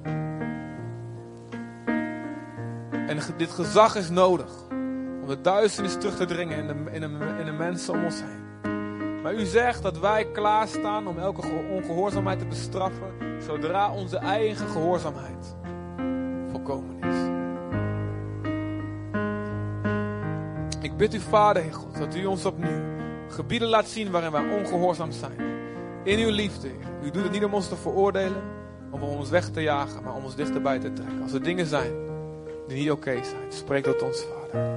En dit gezag is nodig. Om de duisternis terug te dringen in de, in de, in de mensen om ons heen. Maar u zegt dat wij klaarstaan om elke ongehoorzaamheid te bestraffen, zodra onze eigen gehoorzaamheid volkomen is. Ik bid u, Vader, Heer God, dat u ons opnieuw gebieden laat zien waarin wij ongehoorzaam zijn. In uw liefde, Heer. U doet het niet om ons te veroordelen, of om ons weg te jagen, maar om ons dichterbij te trekken. Als er dingen zijn die niet oké zijn, spreek tot ons, Vader.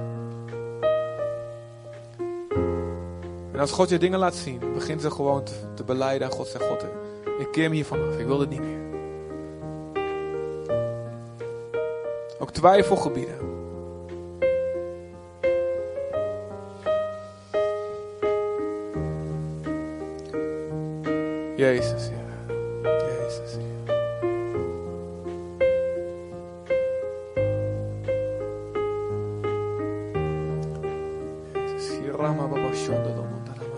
En als God je dingen laat zien, begint ze gewoon te, te belijden. En God zegt, God, ik keer me hiervan af. Ik wil dit niet meer. Ook twijfelgebieden. Jezus, Heer. Jezus, Heer. Jezus, Heer. Rama Baba Shonda Domo.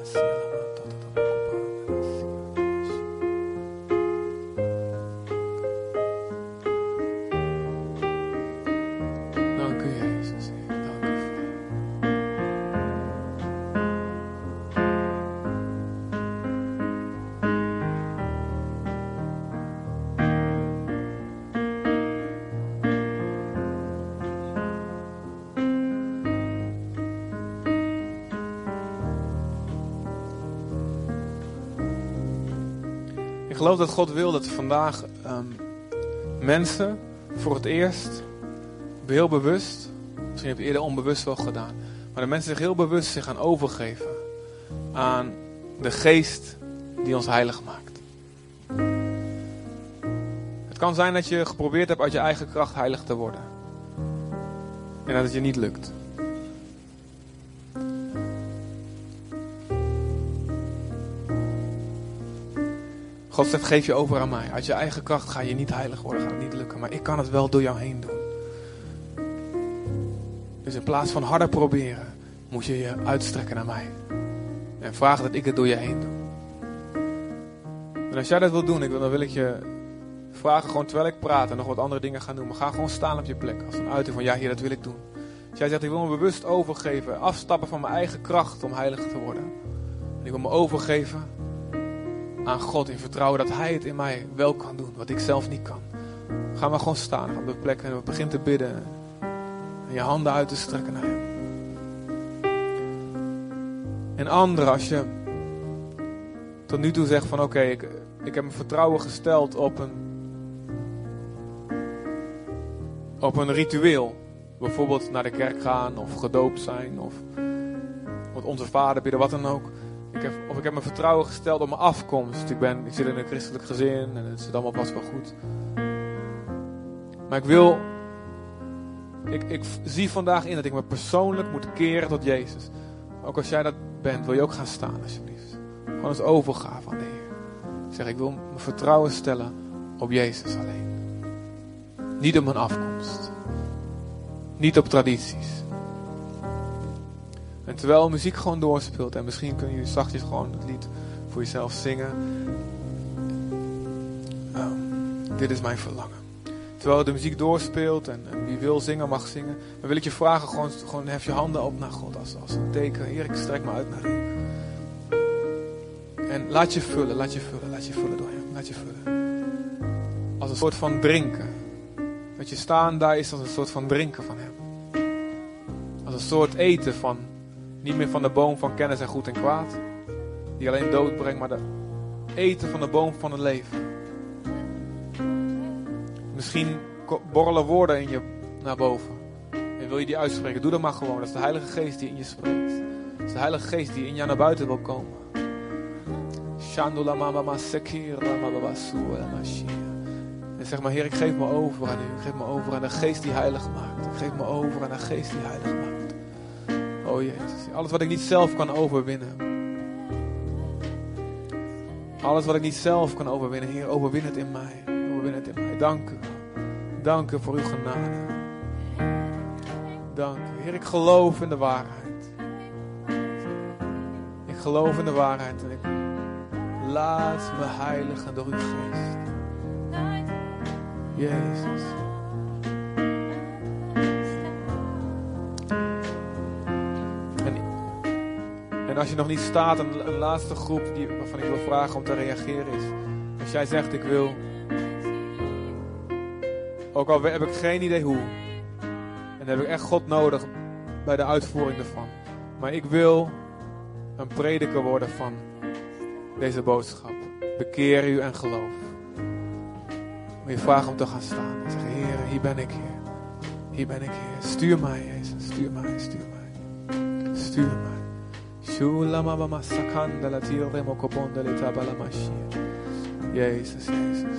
Ik geloof dat God wil dat vandaag um, mensen voor het eerst heel bewust, misschien heb je het eerder onbewust wel gedaan, maar dat mensen zich heel bewust zich gaan overgeven aan de geest die ons heilig maakt. Het kan zijn dat je geprobeerd hebt uit je eigen kracht heilig te worden en dat het je niet lukt. God zegt, geef je over aan mij. Uit je eigen kracht ga je niet heilig worden, gaat het niet lukken. Maar ik kan het wel door jou heen doen. Dus in plaats van harder proberen, moet je je uitstrekken naar mij. En vragen dat ik het door je heen doe. En als jij dat wilt doen, dan wil ik je vragen, gewoon terwijl ik praat en nog wat andere dingen gaan doen. Maar ga gewoon staan op je plek. Als een uiting van, ja Heer, dat wil ik doen. Als jij zegt, ik wil me bewust overgeven. Afstappen van mijn eigen kracht om heilig te worden. En ik wil me overgeven aan God in vertrouwen dat Hij het in mij wel kan doen, wat ik zelf niet kan. Ga maar gewoon staan op de plek en begin te bidden. En je handen uit te strekken naar Hem. En anderen, als je tot nu toe zegt van oké, okay, ik, ik heb mijn vertrouwen gesteld op een op een ritueel. Bijvoorbeeld naar de kerk gaan of gedoopt zijn of met onze vader bidden, wat dan ook. Ik heb, of ik heb mijn vertrouwen gesteld op mijn afkomst. Ik, ben, ik zit in een christelijk gezin en het zit allemaal vast wel goed. Maar ik wil, ik, ik zie vandaag in dat ik me persoonlijk moet keren tot Jezus. Ook als jij dat bent, wil je ook gaan staan alsjeblieft. Gewoon eens overgave aan de Heer. Ik zeg, ik wil mijn vertrouwen stellen op Jezus alleen. Niet op mijn afkomst. Niet op tradities. En terwijl muziek gewoon doorspeelt, en misschien kunnen jullie zachtjes gewoon het lied voor jezelf zingen. Um, dit is mijn verlangen. Terwijl de muziek doorspeelt en, en wie wil zingen mag zingen. Dan wil ik je vragen, gewoon, gewoon hef je handen op naar God als, als een teken. Heer, ik strek me uit naar u. En laat je vullen, laat je vullen, laat je vullen door hem. Laat je vullen. Als een soort van drinken. Dat je staan daar is als een soort van drinken van hem. Als een soort eten van, niet meer van de boom van kennis en goed en kwaad. Die alleen dood brengt, maar de eten van de boom van het leven. Misschien borrelen woorden in je naar boven. En wil je die uitspreken, doe dat maar gewoon. Dat is de Heilige Geest die in je spreekt. Dat is de Heilige Geest die in jou naar buiten wil komen. En zeg maar, Heer, ik geef me over aan u. Ik geef me over aan de Geest die heilig maakt. Ik geef me over aan de Geest die heilig maakt. Oh Jezus, alles wat ik niet zelf kan overwinnen. Alles wat ik niet zelf kan overwinnen, Heer, overwin het in mij. Overwin het in mij. Dank u. Dank u voor uw genade. Dank u. Heer, ik geloof in de waarheid. Ik geloof in de waarheid en ik laat me heiligen door uw Geest. Jezus. En, en als je nog niet staat, een, een laatste groep die, waarvan ik wil vragen om te reageren is. Als jij zegt, ik wil, ook al heb ik geen idee hoe, en dan heb ik echt God nodig bij de uitvoering ervan. Maar ik wil een prediker worden van deze boodschap. Bekeer u en geloof. Moet je vragen om te gaan staan. En zeggen, Heer, hier ben ik, Heer. Hier ben ik, Heer. Stuur mij, Jezus. Stuur mij, stuur mij. Stuur mij. Jezus, Jezus.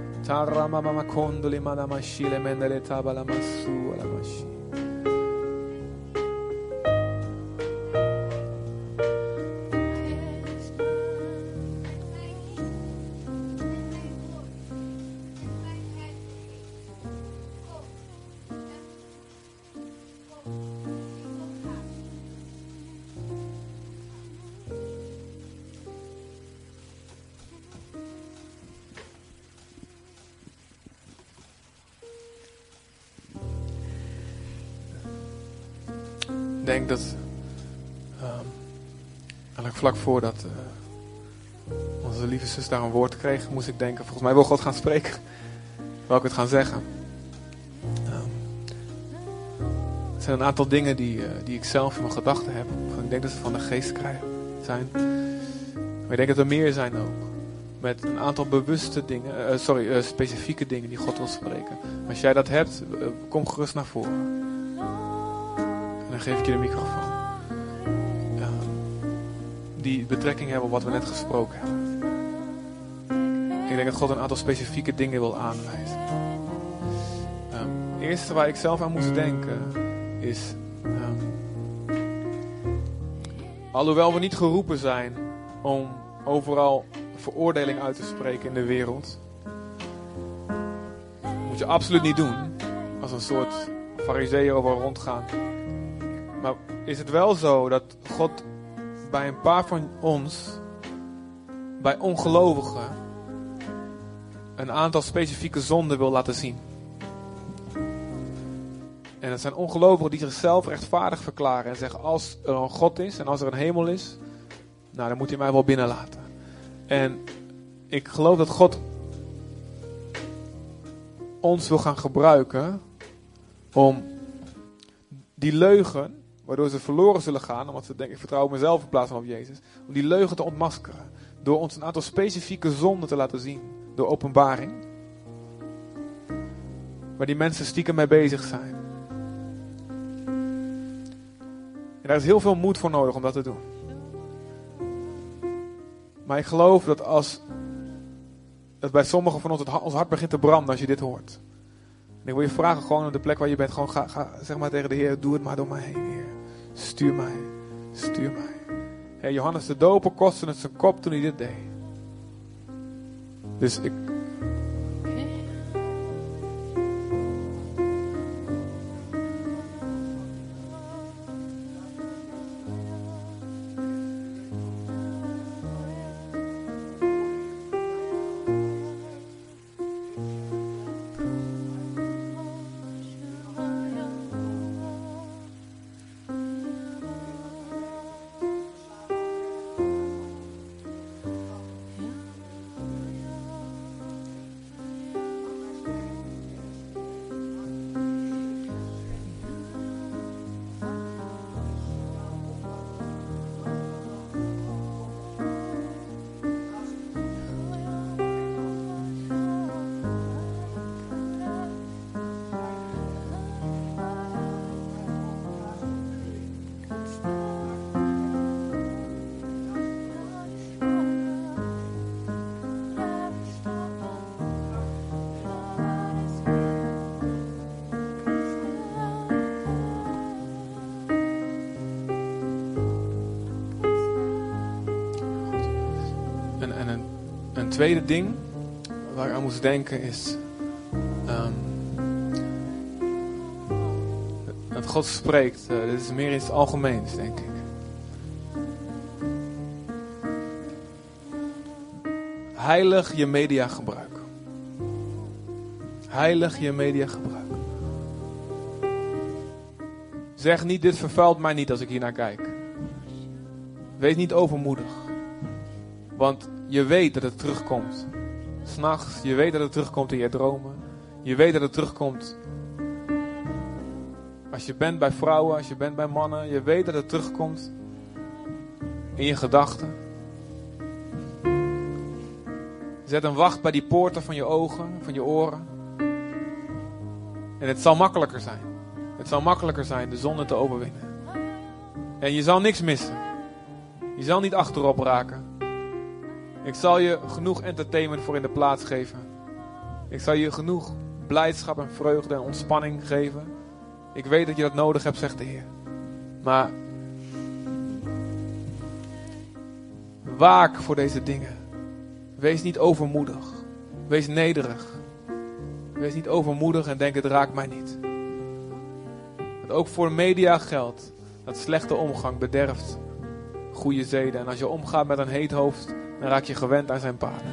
Ik denk dat um, eigenlijk vlak voordat uh, onze lieve zus daar een woord kreeg, moest ik denken, volgens mij wil God gaan spreken. Wil ik het gaan zeggen. Um, er zijn een aantal dingen die, uh, die ik zelf in mijn gedachten heb. Ik denk dat ze van de geest krijgen zijn. Maar ik denk dat er meer zijn ook. Met een aantal bewuste dingen, uh, sorry, uh, specifieke dingen die God wil spreken. Als jij dat hebt, uh, kom gerust naar voren. Dan geef ik je de microfoon. Ja, die betrekking hebben op wat we net gesproken hebben. Ik denk dat God een aantal specifieke dingen wil aanwijzen. Um, het eerste waar ik zelf aan moest denken is... Um, alhoewel we niet geroepen zijn om overal veroordeling uit te spreken in de wereld. Moet je absoluut niet doen. Als een soort farizeeën overal rondgaan. Maar is het wel zo dat God bij een paar van ons, bij ongelovigen, een aantal specifieke zonden wil laten zien. En dat zijn ongelovigen die zichzelf rechtvaardig verklaren en zeggen, als er een God is en als er een hemel is, nou dan moet hij mij wel binnenlaten. En ik geloof dat God ons wil gaan gebruiken om die leugen, waardoor ze verloren zullen gaan, omdat ze denken, ik vertrouw op mezelf in plaats van op Jezus. Om die leugen te ontmaskeren. Door ons een aantal specifieke zonden te laten zien. Door openbaring. waar die mensen stiekem mee bezig zijn. En daar is heel veel moed voor nodig om dat te doen. Maar ik geloof dat als dat bij sommigen van ons het, ons hart begint te branden als je dit hoort. En ik wil je vragen gewoon op de plek waar je bent, gewoon ga, ga zeg maar tegen de Heer, doe het maar door mij heen, Heer. Stuur mij, stuur mij. Hey, Johannes de Doper kostte het zijn kop toen hij dit deed. Dus ik... Een tweede ding waar ik aan moest denken is um, dat God spreekt. Uh, dit is meer iets algemeens, denk ik. Heilig je mediagebruik. Heilig je mediagebruik. Zeg niet, dit vervuilt mij niet als ik hier naar kijk. Wees niet overmoedig. Want je weet dat het terugkomt. 's Nachts, je weet dat het terugkomt in je dromen. Je weet dat het terugkomt als je bent bij vrouwen, als je bent bij mannen. Je weet dat het terugkomt in je gedachten. Zet een wacht bij die poorten van je ogen, van je oren. En het zal makkelijker zijn. Het zal makkelijker zijn de zonde te overwinnen. En je zal niks missen. Je zal niet achterop raken. Ik zal je genoeg entertainment voor in de plaats geven. Ik zal je genoeg blijdschap en vreugde en ontspanning geven. Ik weet dat je dat nodig hebt, zegt de Heer. Maar waak voor deze dingen. Wees niet overmoedig. Wees nederig. Wees niet overmoedig en denk het raakt mij niet. Dat ook voor media geldt. Dat slechte omgang bederft goede zeden. En als je omgaat met een heet hoofd, dan raak je gewend aan zijn paden.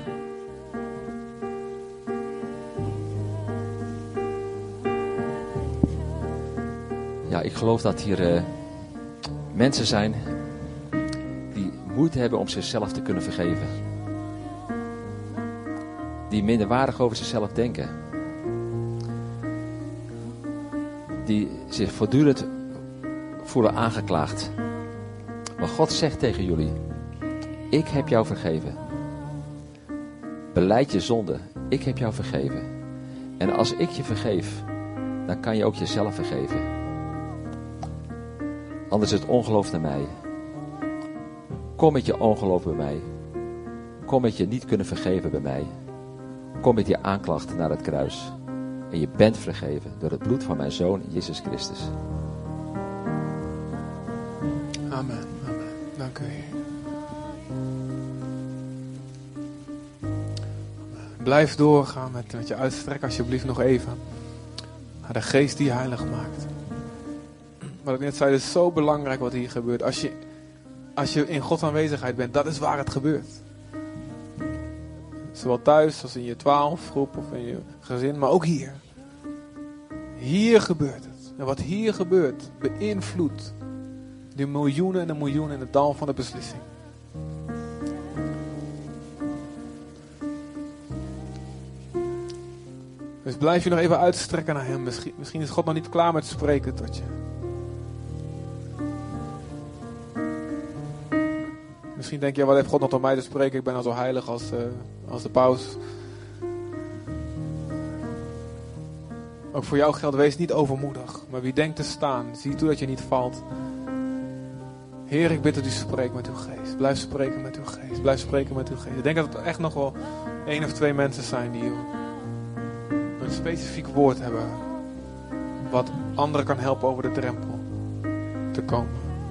Ja, ik geloof dat hier uh, mensen zijn die moeite hebben om zichzelf te kunnen vergeven. Die minderwaardig over zichzelf denken. Die zich voortdurend voelen aangeklaagd. Maar God zegt tegen jullie: ik heb jou vergeven. Belijd je zonde. Ik heb jou vergeven. En als ik je vergeef, dan kan je ook jezelf vergeven. Anders is het ongeloof naar mij. Kom met je ongeloof bij mij. Kom met je niet kunnen vergeven bij mij. Kom met je aanklacht naar het kruis. En je bent vergeven door het bloed van mijn Zoon Jezus Christus. Amen. Amen. Dank u, Heer. Blijf doorgaan met, met je uitstrek alsjeblieft nog even. Naar de geest die je heilig maakt. Wat ik net zei, het is zo belangrijk wat hier gebeurt. Als je, als je in Gods aanwezigheid bent, dat is waar het gebeurt. Zowel thuis als in je twaalfgroep of in je gezin, maar ook hier. Hier gebeurt het. En wat hier gebeurt, beïnvloedt die miljoenen en de miljoenen in het dal van de beslissing. Dus blijf je nog even uitstrekken naar hem. Misschien, misschien is God nog niet klaar met spreken tot je. Misschien denk je, wat heeft God nog tot mij te spreken? Ik ben al zo heilig als, uh, als de paus. Ook voor jou geldt, wees niet overmoedig. Maar wie denkt te staan, zie toe dat je niet valt. Heer, ik bid dat u spreekt met uw geest. Blijf spreken met uw geest. Blijf spreken met uw geest. Ik denk dat het echt nog wel één of twee mensen zijn die een specifiek woord hebben. Wat anderen kan helpen over de drempel te komen.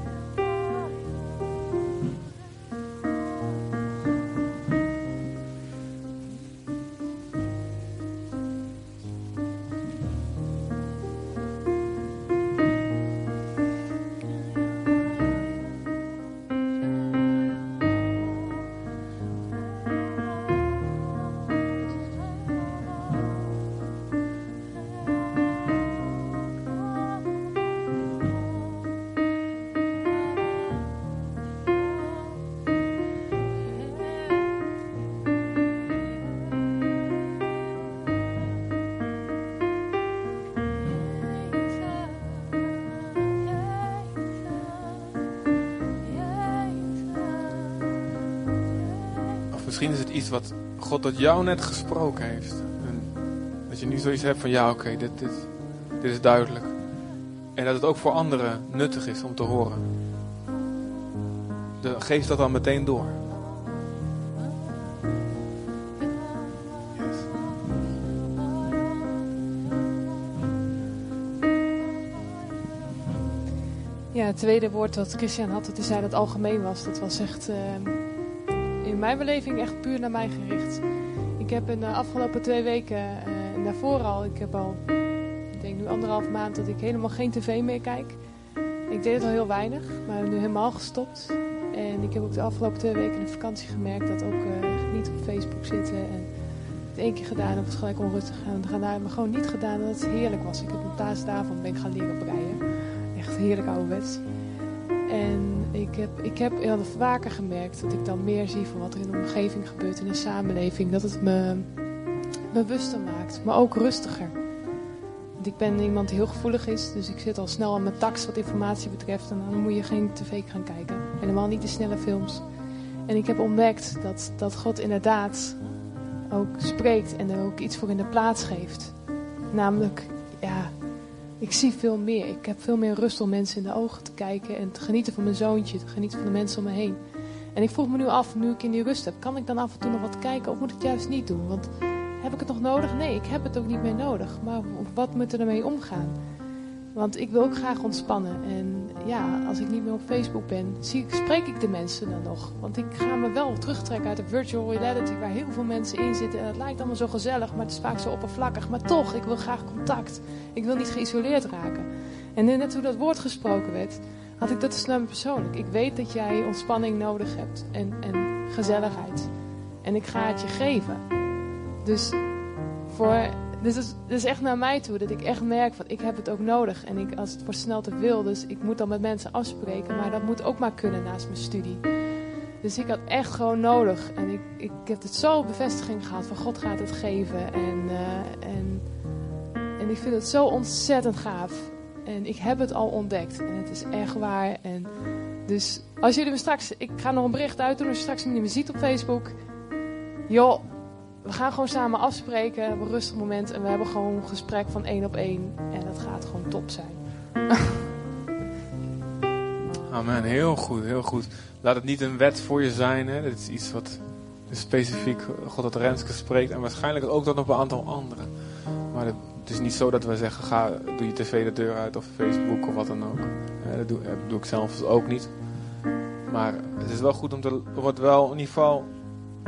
Misschien is het iets wat God tot jou net gesproken heeft. En dat je nu zoiets hebt van ja, oké, okay, dit, dit, dit is duidelijk. En dat het ook voor anderen nuttig is om te horen. De, geef dat dan meteen door. Yes. Ja, het tweede woord dat Christian had, dat hij zei dat het algemeen was. Dat was echt... Uh... in mijn beleving echt puur naar mij gericht. Ik heb in de afgelopen twee weken, uh, en daarvoor al, ik heb al, ik denk nu anderhalf maand dat ik helemaal geen tv meer kijk. Ik deed het al heel weinig, maar nu helemaal gestopt. En ik heb ook de afgelopen twee weken in de vakantie gemerkt dat ook uh, niet op Facebook zitten. En het één keer gedaan, of het gelijk onrustig gaan. En daarna maar gewoon niet gedaan, dat het heerlijk was. Ik heb in plaats daarvan ben ik gaan leren breien. Echt heerlijk ouderwets. En ik heb, ik heb heel vaker gemerkt dat ik dan meer zie van wat er in de omgeving gebeurt, in de samenleving. Dat het me bewuster maakt, maar ook rustiger. Want ik ben iemand die heel gevoelig is, dus ik zit al snel aan mijn tax wat informatie betreft. En dan moet je geen tv gaan kijken. Helemaal niet de snelle films. En ik heb ontdekt dat, dat God inderdaad ook spreekt en er ook iets voor in de plaats geeft. Namelijk, ja... ik zie veel meer. Ik heb veel meer rust om mensen in de ogen te kijken en te genieten van mijn zoontje, te genieten van de mensen om me heen. En ik vroeg me nu af, nu ik in die rust heb, kan ik dan af en toe nog wat kijken of moet ik het juist niet doen? Want heb ik het nog nodig? Nee, ik heb het ook niet meer nodig. Maar wat moet er ermee omgaan? Want ik wil ook graag ontspannen. En ja, als ik niet meer op Facebook ben, zie ik, spreek ik de mensen dan nog. Want ik ga me wel terugtrekken uit de virtual reality waar heel veel mensen in zitten. En het lijkt allemaal zo gezellig, maar het is vaak zo oppervlakkig. Maar toch, ik wil graag contact. Ik wil niet geïsoleerd raken. En net hoe dat woord gesproken werd, had ik dat dus naar me persoonlijk. Ik weet dat jij ontspanning nodig hebt en, en gezelligheid. En ik ga het je geven. Dus voor... Dus het is, het is echt naar mij toe dat ik echt merk van ik heb het ook nodig. En ik, als het wordt snel te veel, dus ik moet dan met mensen afspreken. Maar dat moet ook maar kunnen naast mijn studie. Dus ik had echt gewoon nodig. En ik, ik heb het zo bevestiging gehad van God gaat het geven. En, uh, en, en ik vind het zo ontzettend gaaf. En ik heb het al ontdekt. En het is echt waar. En dus als jullie me straks... Ik ga nog een bericht uit doen als je straks me niet meer ziet op Facebook. Joh... We gaan gewoon samen afspreken, we hebben een rustig moment en we hebben gewoon een gesprek van één op één. En dat gaat gewoon top zijn. Amen, heel goed, heel goed. Laat het niet een wet voor je zijn. Hè? Dit is iets wat specifiek God tot Renske spreekt. En waarschijnlijk ook tot nog een aantal anderen. Maar het is niet zo dat we zeggen, ga, doe je tv de deur uit of Facebook of wat dan ook. Dat doe, dat doe ik zelf ook niet. Maar het is wel goed om, te, om het wel in ieder geval... Uh,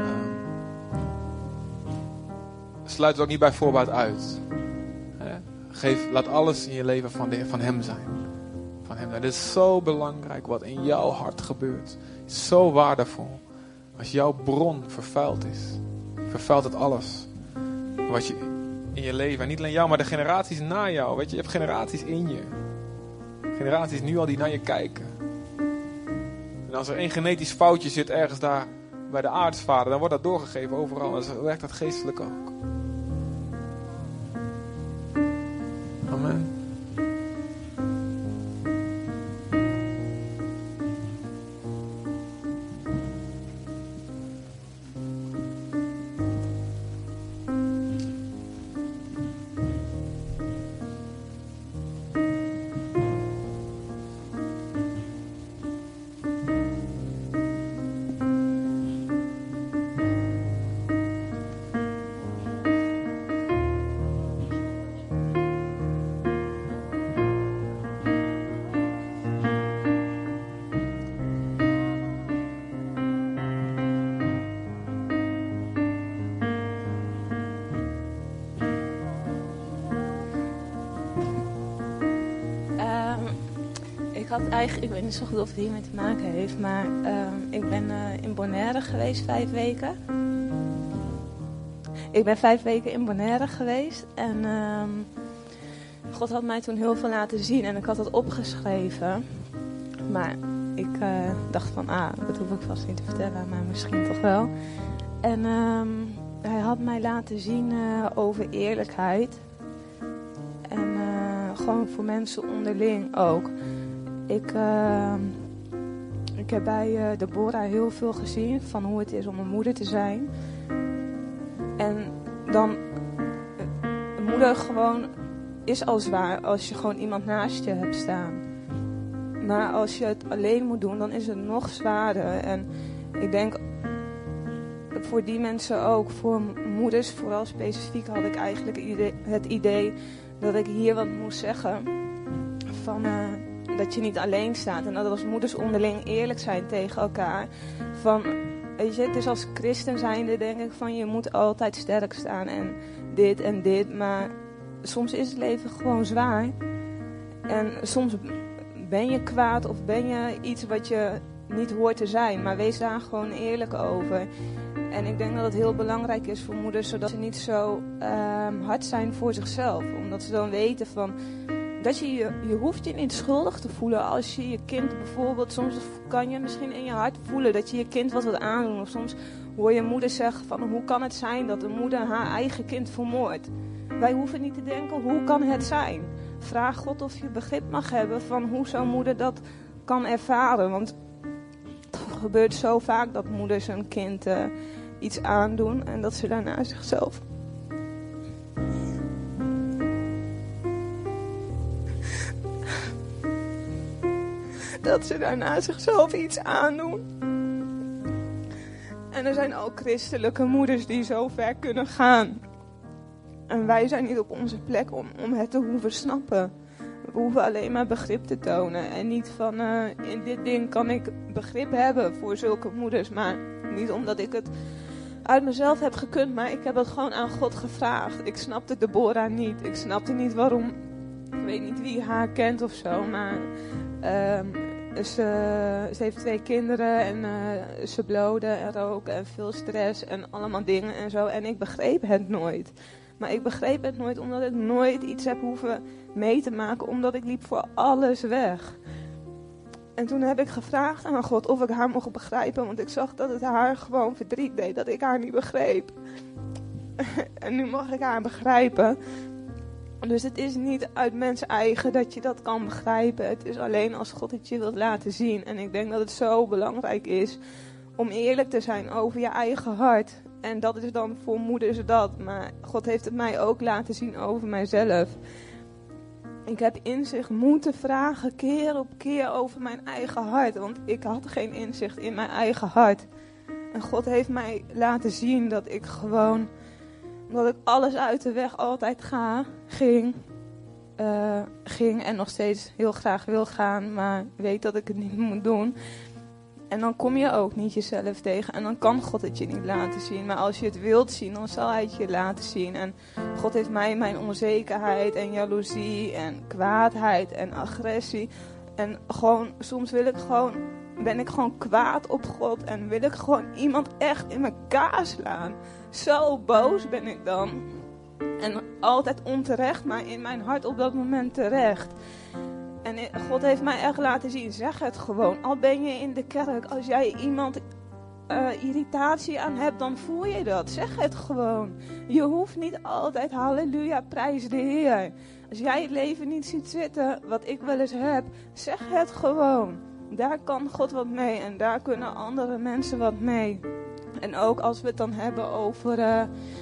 sluit het ook niet bij voorbaat uit. Geef, laat alles in je leven van, de, van hem zijn. Van hem. Het is zo belangrijk wat in jouw hart gebeurt. Het is zo waardevol. Als jouw bron vervuild is, vervuilt het alles. Wat je in je leven, en niet alleen jou, maar de generaties na jou. Weet je, je hebt generaties in je. Generaties nu al die naar je kijken. En als er één genetisch foutje zit ergens daar bij de aartsvader, dan wordt dat doorgegeven overal. En zo werkt dat geestelijk ook. Amen. ik had eigenlijk, ik weet niet zo goed of het hiermee te maken heeft, maar uh, ik ben uh, in Bonaire geweest vijf weken. Ik ben vijf weken in Bonaire geweest en uh, God had mij toen heel veel laten zien en ik had het opgeschreven. Maar ik uh, dacht van, ah, dat hoef ik vast niet te vertellen, maar misschien toch wel. En uh, hij had mij laten zien uh, over eerlijkheid. En uh, gewoon voor mensen onderling ook. Ik, uh, ik heb bij uh, Deborah heel veel gezien van hoe het is om een moeder te zijn. En dan, een moeder gewoon is al zwaar als je gewoon iemand naast je hebt staan. Maar als je het alleen moet doen, dan is het nog zwaarder. En ik denk, voor die mensen ook, voor moeders vooral specifiek, had ik eigenlijk het idee dat ik hier wat moest zeggen. Van, uh, dat je niet alleen staat. En dat als moeders onderling eerlijk zijn tegen elkaar. Van, weet je, het is als christen zijnde denk ik van, je moet altijd sterk staan. En dit en dit. Maar soms is het leven gewoon zwaar. En soms ben je kwaad of ben je iets wat je niet hoort te zijn. Maar wees daar gewoon eerlijk over. En ik denk dat het heel belangrijk is voor moeders, zodat ze niet zo um, hard zijn voor zichzelf. Omdat ze dan weten van, dat je, je, je hoeft je niet schuldig te voelen als je je kind bijvoorbeeld, soms kan je misschien in je hart voelen dat je je kind wat wil aandoen. Of soms hoor je moeder zeggen van, hoe kan het zijn dat een moeder haar eigen kind vermoordt? Wij hoeven niet te denken, hoe kan het zijn? Vraag God of je begrip mag hebben van hoe zo'n moeder dat kan ervaren. Want het gebeurt zo vaak dat moeders hun kind uh, iets aandoen en dat ze daarna zichzelf... dat ze daarna zichzelf iets aandoen. En er zijn ook christelijke moeders die zo ver kunnen gaan. En wij zijn niet op onze plek om, om het te hoeven snappen. We hoeven alleen maar begrip te tonen. En niet van, uh, in dit ding kan ik begrip hebben voor zulke moeders. Maar niet omdat ik het uit mezelf heb gekund. Maar ik heb het gewoon aan God gevraagd. Ik snapte Deborah niet. Ik snapte niet waarom. Ik weet niet wie haar kent of zo. Maar um, ze, ze heeft twee kinderen. En uh, ze bloden en roken en veel stress. En allemaal dingen en zo. En ik begreep het nooit. Maar ik begreep het nooit omdat ik nooit iets heb hoeven mee te maken. Omdat ik liep voor alles weg. En toen heb ik gevraagd aan God of ik haar mocht begrijpen. Want ik zag dat het haar gewoon verdriet deed. Dat ik haar niet begreep. En nu mag ik haar begrijpen. Dus het is niet uit mens eigen dat je dat kan begrijpen. Het is alleen als God het je wilt laten zien. En ik denk dat het zo belangrijk is om eerlijk te zijn over je eigen hart. En dat is dan voor moeders dat. Maar God heeft het mij ook laten zien over mijzelf. Ik heb inzicht moeten vragen keer op keer over mijn eigen hart. Want ik had geen inzicht in mijn eigen hart. En God heeft mij laten zien dat ik gewoon, omdat ik alles uit de weg altijd ga, ging. Uh, ging en nog steeds heel graag wil gaan. Maar weet dat ik het niet moet doen. En dan kom je ook niet jezelf tegen. En dan kan God het je niet laten zien. Maar als je het wilt zien, dan zal hij het je laten zien. En God heeft mij mijn onzekerheid en jaloezie en kwaadheid en agressie. En gewoon, soms wil ik gewoon, ben ik gewoon kwaad op God. En wil ik gewoon iemand echt in elkaar slaan. Zo boos ben ik dan. En altijd onterecht, maar in mijn hart op dat moment terecht. En God heeft mij echt laten zien, zeg het gewoon. Al ben je in de kerk, als jij iemand uh, irritatie aan hebt, dan voel je dat. Zeg het gewoon. Je hoeft niet altijd, halleluja, prijs de Heer. Als jij het leven niet ziet zitten, wat ik wel eens heb, zeg het gewoon. Daar kan God wat mee en daar kunnen andere mensen wat mee. En ook als we het dan hebben over uh,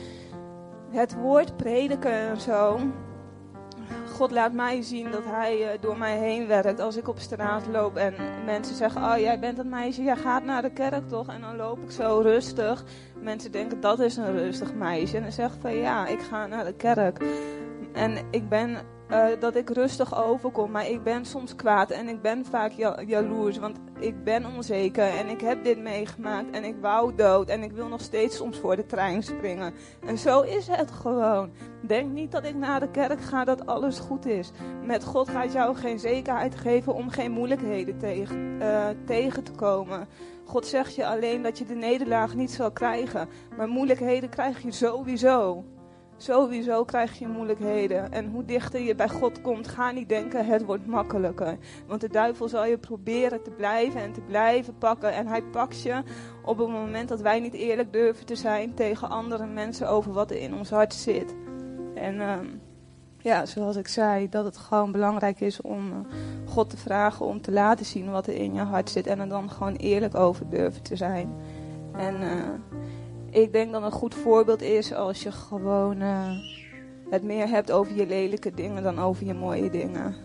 het woord prediken en zo. God laat mij zien dat hij uh, door mij heen werkt. Als ik op straat loop en mensen zeggen, oh jij bent dat meisje, jij gaat naar de kerk toch? En dan loop ik zo rustig. Mensen denken, dat is een rustig meisje. En dan zeg ik van ja, ik ga naar de kerk. En ik ben uh, dat ik rustig overkom. Maar ik ben soms kwaad en ik ben vaak ja- jaloers. Want ik ben onzeker en ik heb dit meegemaakt. En ik wou dood en ik wil nog steeds soms voor de trein springen. En zo is het gewoon. Denk niet dat ik naar de kerk ga dat alles goed is. Met God gaat jou geen zekerheid geven om geen moeilijkheden tegen, uh, tegen te komen. God zegt je alleen dat je de nederlaag niet zal krijgen. Maar moeilijkheden krijg je sowieso. Sowieso krijg je moeilijkheden. En hoe dichter je bij God komt, ga niet denken het wordt makkelijker. Want de duivel zal je proberen te blijven en te blijven pakken. En hij pakt je op het moment dat wij niet eerlijk durven te zijn tegen andere mensen over wat er in ons hart zit. En um, ja, zoals ik zei, dat het gewoon belangrijk is om uh, God te vragen om te laten zien wat er in je hart zit. En er dan gewoon eerlijk over durven te zijn. En uh, ik denk dat een goed voorbeeld is als je gewoon uh, het meer hebt over je lelijke dingen dan over je mooie dingen.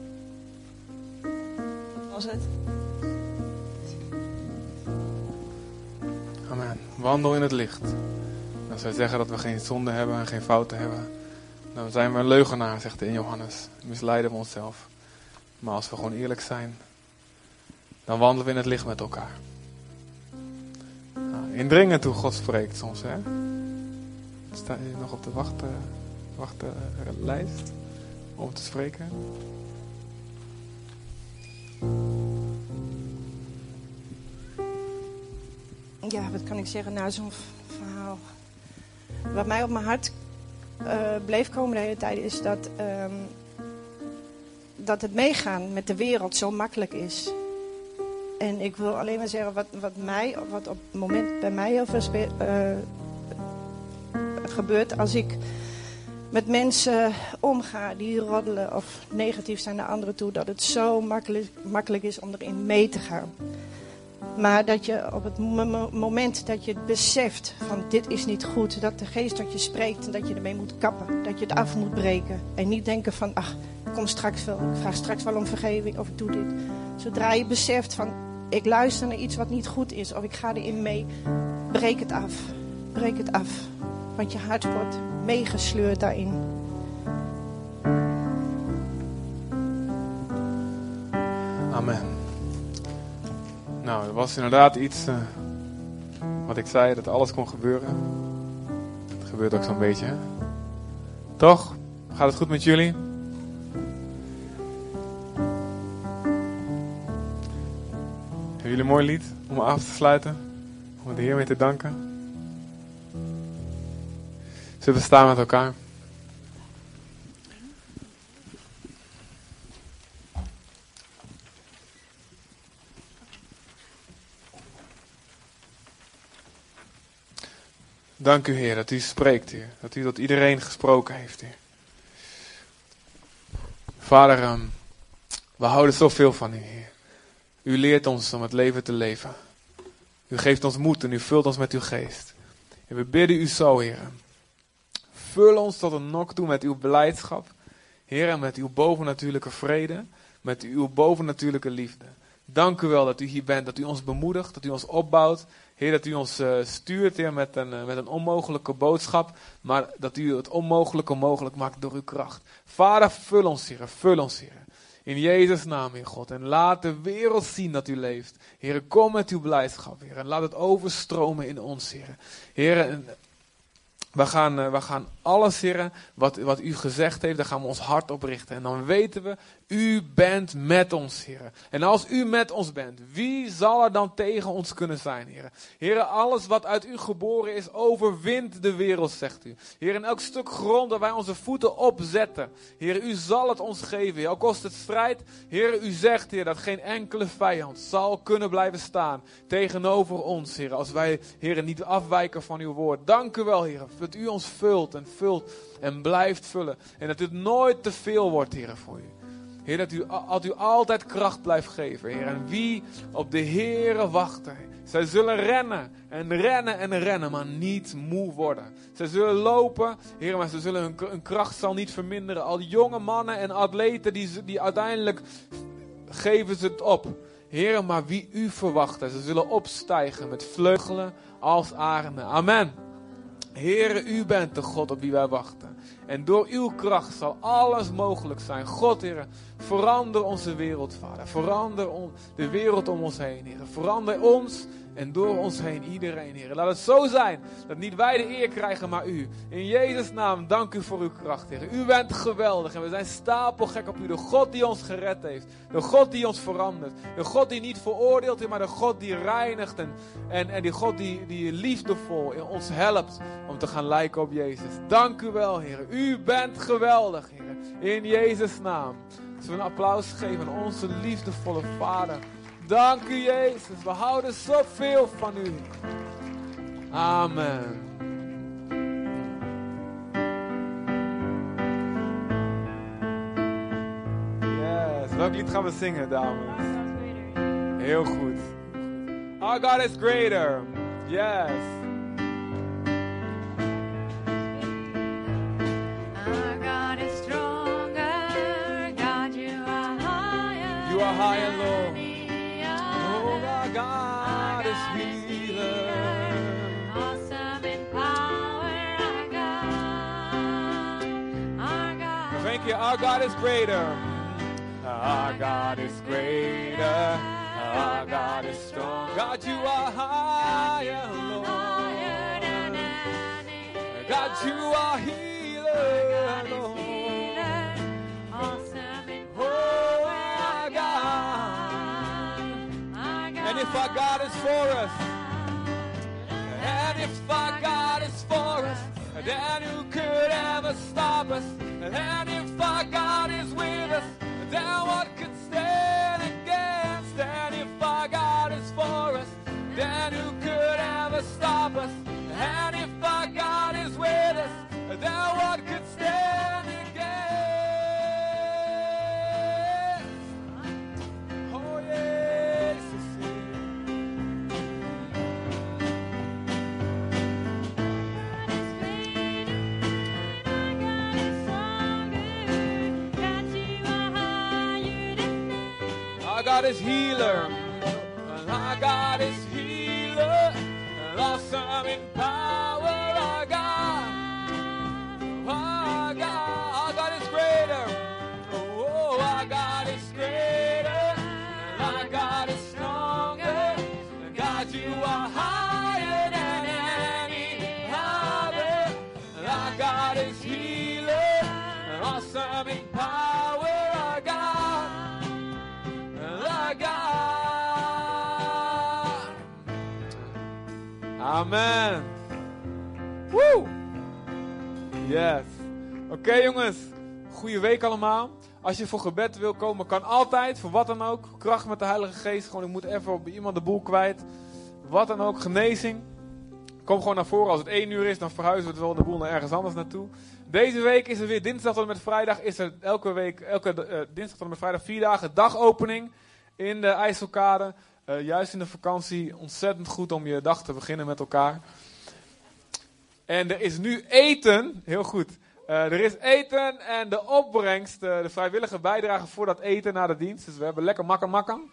Dat was het. Amen. Wandel in het licht. Als wij zeggen dat we geen zonde hebben en geen fouten hebben, dan zijn we een leugenaar, zegt de in Johannes. Misleiden we onszelf. Maar als we gewoon eerlijk zijn, dan wandelen we in het licht met elkaar. Nou, indringen toe God spreekt soms, hè. Sta je nog op de wacht, uh, wachtlijst uh, om te spreken? Ja, wat kan ik zeggen na zo'n verhaal? Wat mij op mijn hart uh, bleef komen de hele tijd is dat, um, dat het meegaan met de wereld zo makkelijk is. En ik wil alleen maar zeggen wat, wat, mij, wat op het moment bij mij heel veel spe- uh, gebeurt als ik met mensen omga die roddelen of negatief zijn naar anderen toe, dat het zo makkelijk, makkelijk is om erin mee te gaan. Maar dat je op het mo- moment dat je het beseft van dit is niet goed, dat de geest dat je spreekt en dat je ermee moet kappen, dat je het af moet breken. En niet denken van ach, ik kom straks wel, ik vraag straks wel om vergeving of ik doe dit. Zodra je beseft van ik luister naar iets wat niet goed is of ik ga erin mee, breek het af. Breek het af. Want je hart wordt meegesleurd daarin. Amen. Nou, er was inderdaad iets uh, wat ik zei, dat alles kon gebeuren. Het gebeurt ook zo'n beetje, hè? Toch? Gaat het goed met jullie? Hebben jullie een mooi lied om af te sluiten? Om de Heer mee te danken? Zullen we staan met elkaar? Dank u, Heer, dat u spreekt, Heer. Dat u tot iedereen gesproken heeft, Heer. Vader, um, we houden zoveel van u, Heer. U leert ons om het leven te leven. U geeft ons moed en u vult ons met uw geest. En we bidden u zo, Heer. Vul ons tot een nok toe met uw blijdschap. Heer, en met uw bovennatuurlijke vrede. Met uw bovennatuurlijke liefde. Dank u wel dat u hier bent, dat u ons bemoedigt, dat u ons opbouwt. Heer, dat u ons uh, stuurt, Heer, met een, uh, met een onmogelijke boodschap. Maar dat u het onmogelijke mogelijk maakt door uw kracht. Vader, vul ons, Heer, vul ons, Heer. In Jezus' naam, Heer God. En laat de wereld zien dat u leeft. Heer, kom met uw blijdschap, Heer. En laat het overstromen in ons, Heer. Heer, en we gaan, uh, we gaan alles, Heer, wat, wat u gezegd heeft, daar gaan we ons hart op richten. En dan weten we, u bent met ons, Heer. En als u met ons bent, wie zal er dan tegen ons kunnen zijn, Heer? Heer, alles wat uit u geboren is, overwint de wereld, zegt u. Heer, in elk stuk grond dat wij onze voeten opzetten, Heer, u zal het ons geven. Heer, al kost het strijd, Heer, u zegt, Heer, dat geen enkele vijand zal kunnen blijven staan tegenover ons, Heer. Als wij, Heer, niet afwijken van uw woord. Dank u wel, Heer, dat u ons vult en vult en blijft vullen. En dat het nooit te veel wordt, Heer, voor u. Heer, dat u, dat u altijd kracht blijft geven, Heer. En wie op de Heere wachten, zij zullen rennen en rennen en rennen, maar niet moe worden. Zij zullen lopen, Heer, maar ze zullen hun, hun kracht zal niet verminderen. Al die jonge mannen en atleten, die, die uiteindelijk geven ze het op. Heer, maar wie u verwacht, ze zullen opstijgen met vleugelen als arenden. Amen. Heere, u bent de God op wie wij wachten. En door uw kracht zal alles mogelijk zijn. God, Heere, verander onze wereld, Vader. Verander on- de wereld om ons heen, Heere. Verander ons en door ons heen iedereen, Heere. Laat het zo zijn dat niet wij de eer krijgen, maar u. In Jezus' naam, dank u voor uw kracht, Heere. U bent geweldig en we zijn stapelgek op u. De God die ons gered heeft. De God die ons verandert. De God die niet veroordeelt, maar de God die reinigt. En, en, en die God die, die liefdevol in ons helpt om te gaan lijken op Jezus. Dank u wel, Heere. U bent geweldig, Heere. In Jezus' naam. Als we een applaus geven aan onze liefdevolle Vader. Dank u, Jezus. We houden zoveel van u. Amen. Yes. Welk lied gaan we zingen, dames? Heel goed. Our God is greater. Yes. Our God is stronger. God, you are higher. You are high and low. than any Oh, other. our God is God is healer. Awesome in power, our God. Our God. Nog een keer, our God is greater. Our God is greater. Our God is strong. God, you are higher, Lord. Higher than any God, you are healer, God is Lord. healer. Awesome in Oh, our God. our God. And if our God is for us, and if our God is for us, then who could ever stop us? And if our God is with us, then what could stand against? And if our God is for us, then who could ever stop us? And if our God is with us, then what could stand against? Oh, yes, our God is healer, and our God is healer, and awesome in power, our God. Our God, our God is greater. Oh, our God is greater, and our God is stronger. And God, you are higher than any other. And our God is healer, and awesome in power, our God. Our God. Amen. Woe! Yes. Oké, okay, jongens. Goeie week allemaal. Als je voor gebed wil komen, kan altijd. Voor wat dan ook. Kracht met de Heilige Geest. Gewoon, ik moet even op iemand de boel kwijt. Wat dan ook. Genezing. Kom gewoon naar voren. Als het één uur is, dan verhuizen we het wel de boel naar ergens anders naartoe. Deze week is er weer dinsdag tot en met vrijdag. Is er elke week, elke uh, dinsdag tot en met vrijdag, vier dagen dagopening in de IJsselkade. Uh, juist in de vakantie. Ontzettend goed om je dag te beginnen met elkaar. En er is nu eten. Heel goed. Uh, er is eten en de opbrengst, uh, de vrijwillige bijdrage voor dat eten na de dienst. Dus we hebben lekker makken makken.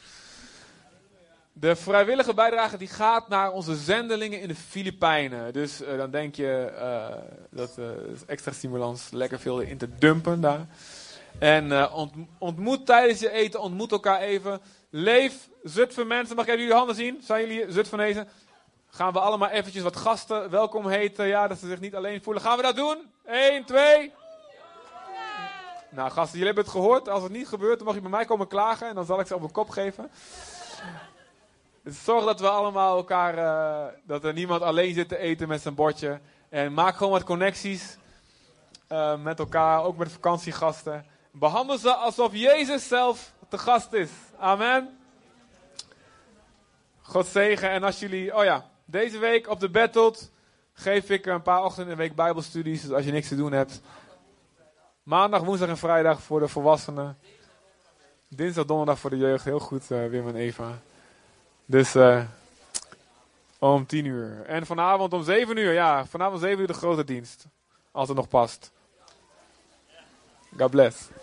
De vrijwillige bijdrage die gaat naar onze zendelingen in de Filipijnen. Dus uh, dan denk je, uh, dat uh, is extra stimulans, lekker veel in te dumpen daar. En uh, ont, ontmoet tijdens je eten, ontmoet elkaar even. Leef, Zutphen mensen, mag ik even jullie handen zien? Zijn jullie Zutphenezen? Gaan we allemaal eventjes wat gasten welkom heten, ja, dat ze zich niet alleen voelen. Gaan we dat doen? Eén, twee. Nou gasten, jullie hebben het gehoord. Als het niet gebeurt, dan mag je bij mij komen klagen en dan zal ik ze op mijn kop geven. Dus zorg dat we allemaal elkaar, uh, dat er niemand alleen zit te eten met zijn bordje. En maak gewoon wat connecties uh, met elkaar, ook met vakantiegasten. Behandel ze alsof Jezus zelf te gast is. Amen. God zegen. En als jullie, oh ja, deze week op de Battled geef ik een paar ochtenden in de week bijbelstudies. Dus als je niks te doen hebt. Maandag, woensdag en vrijdag voor de volwassenen. Dinsdag, donderdag voor de jeugd. Heel goed, uh, Wim en Eva. Dus uh, om tien uur. En vanavond om zeven uur. Ja, vanavond om zeven uur de grote dienst. Als het nog past. God bless.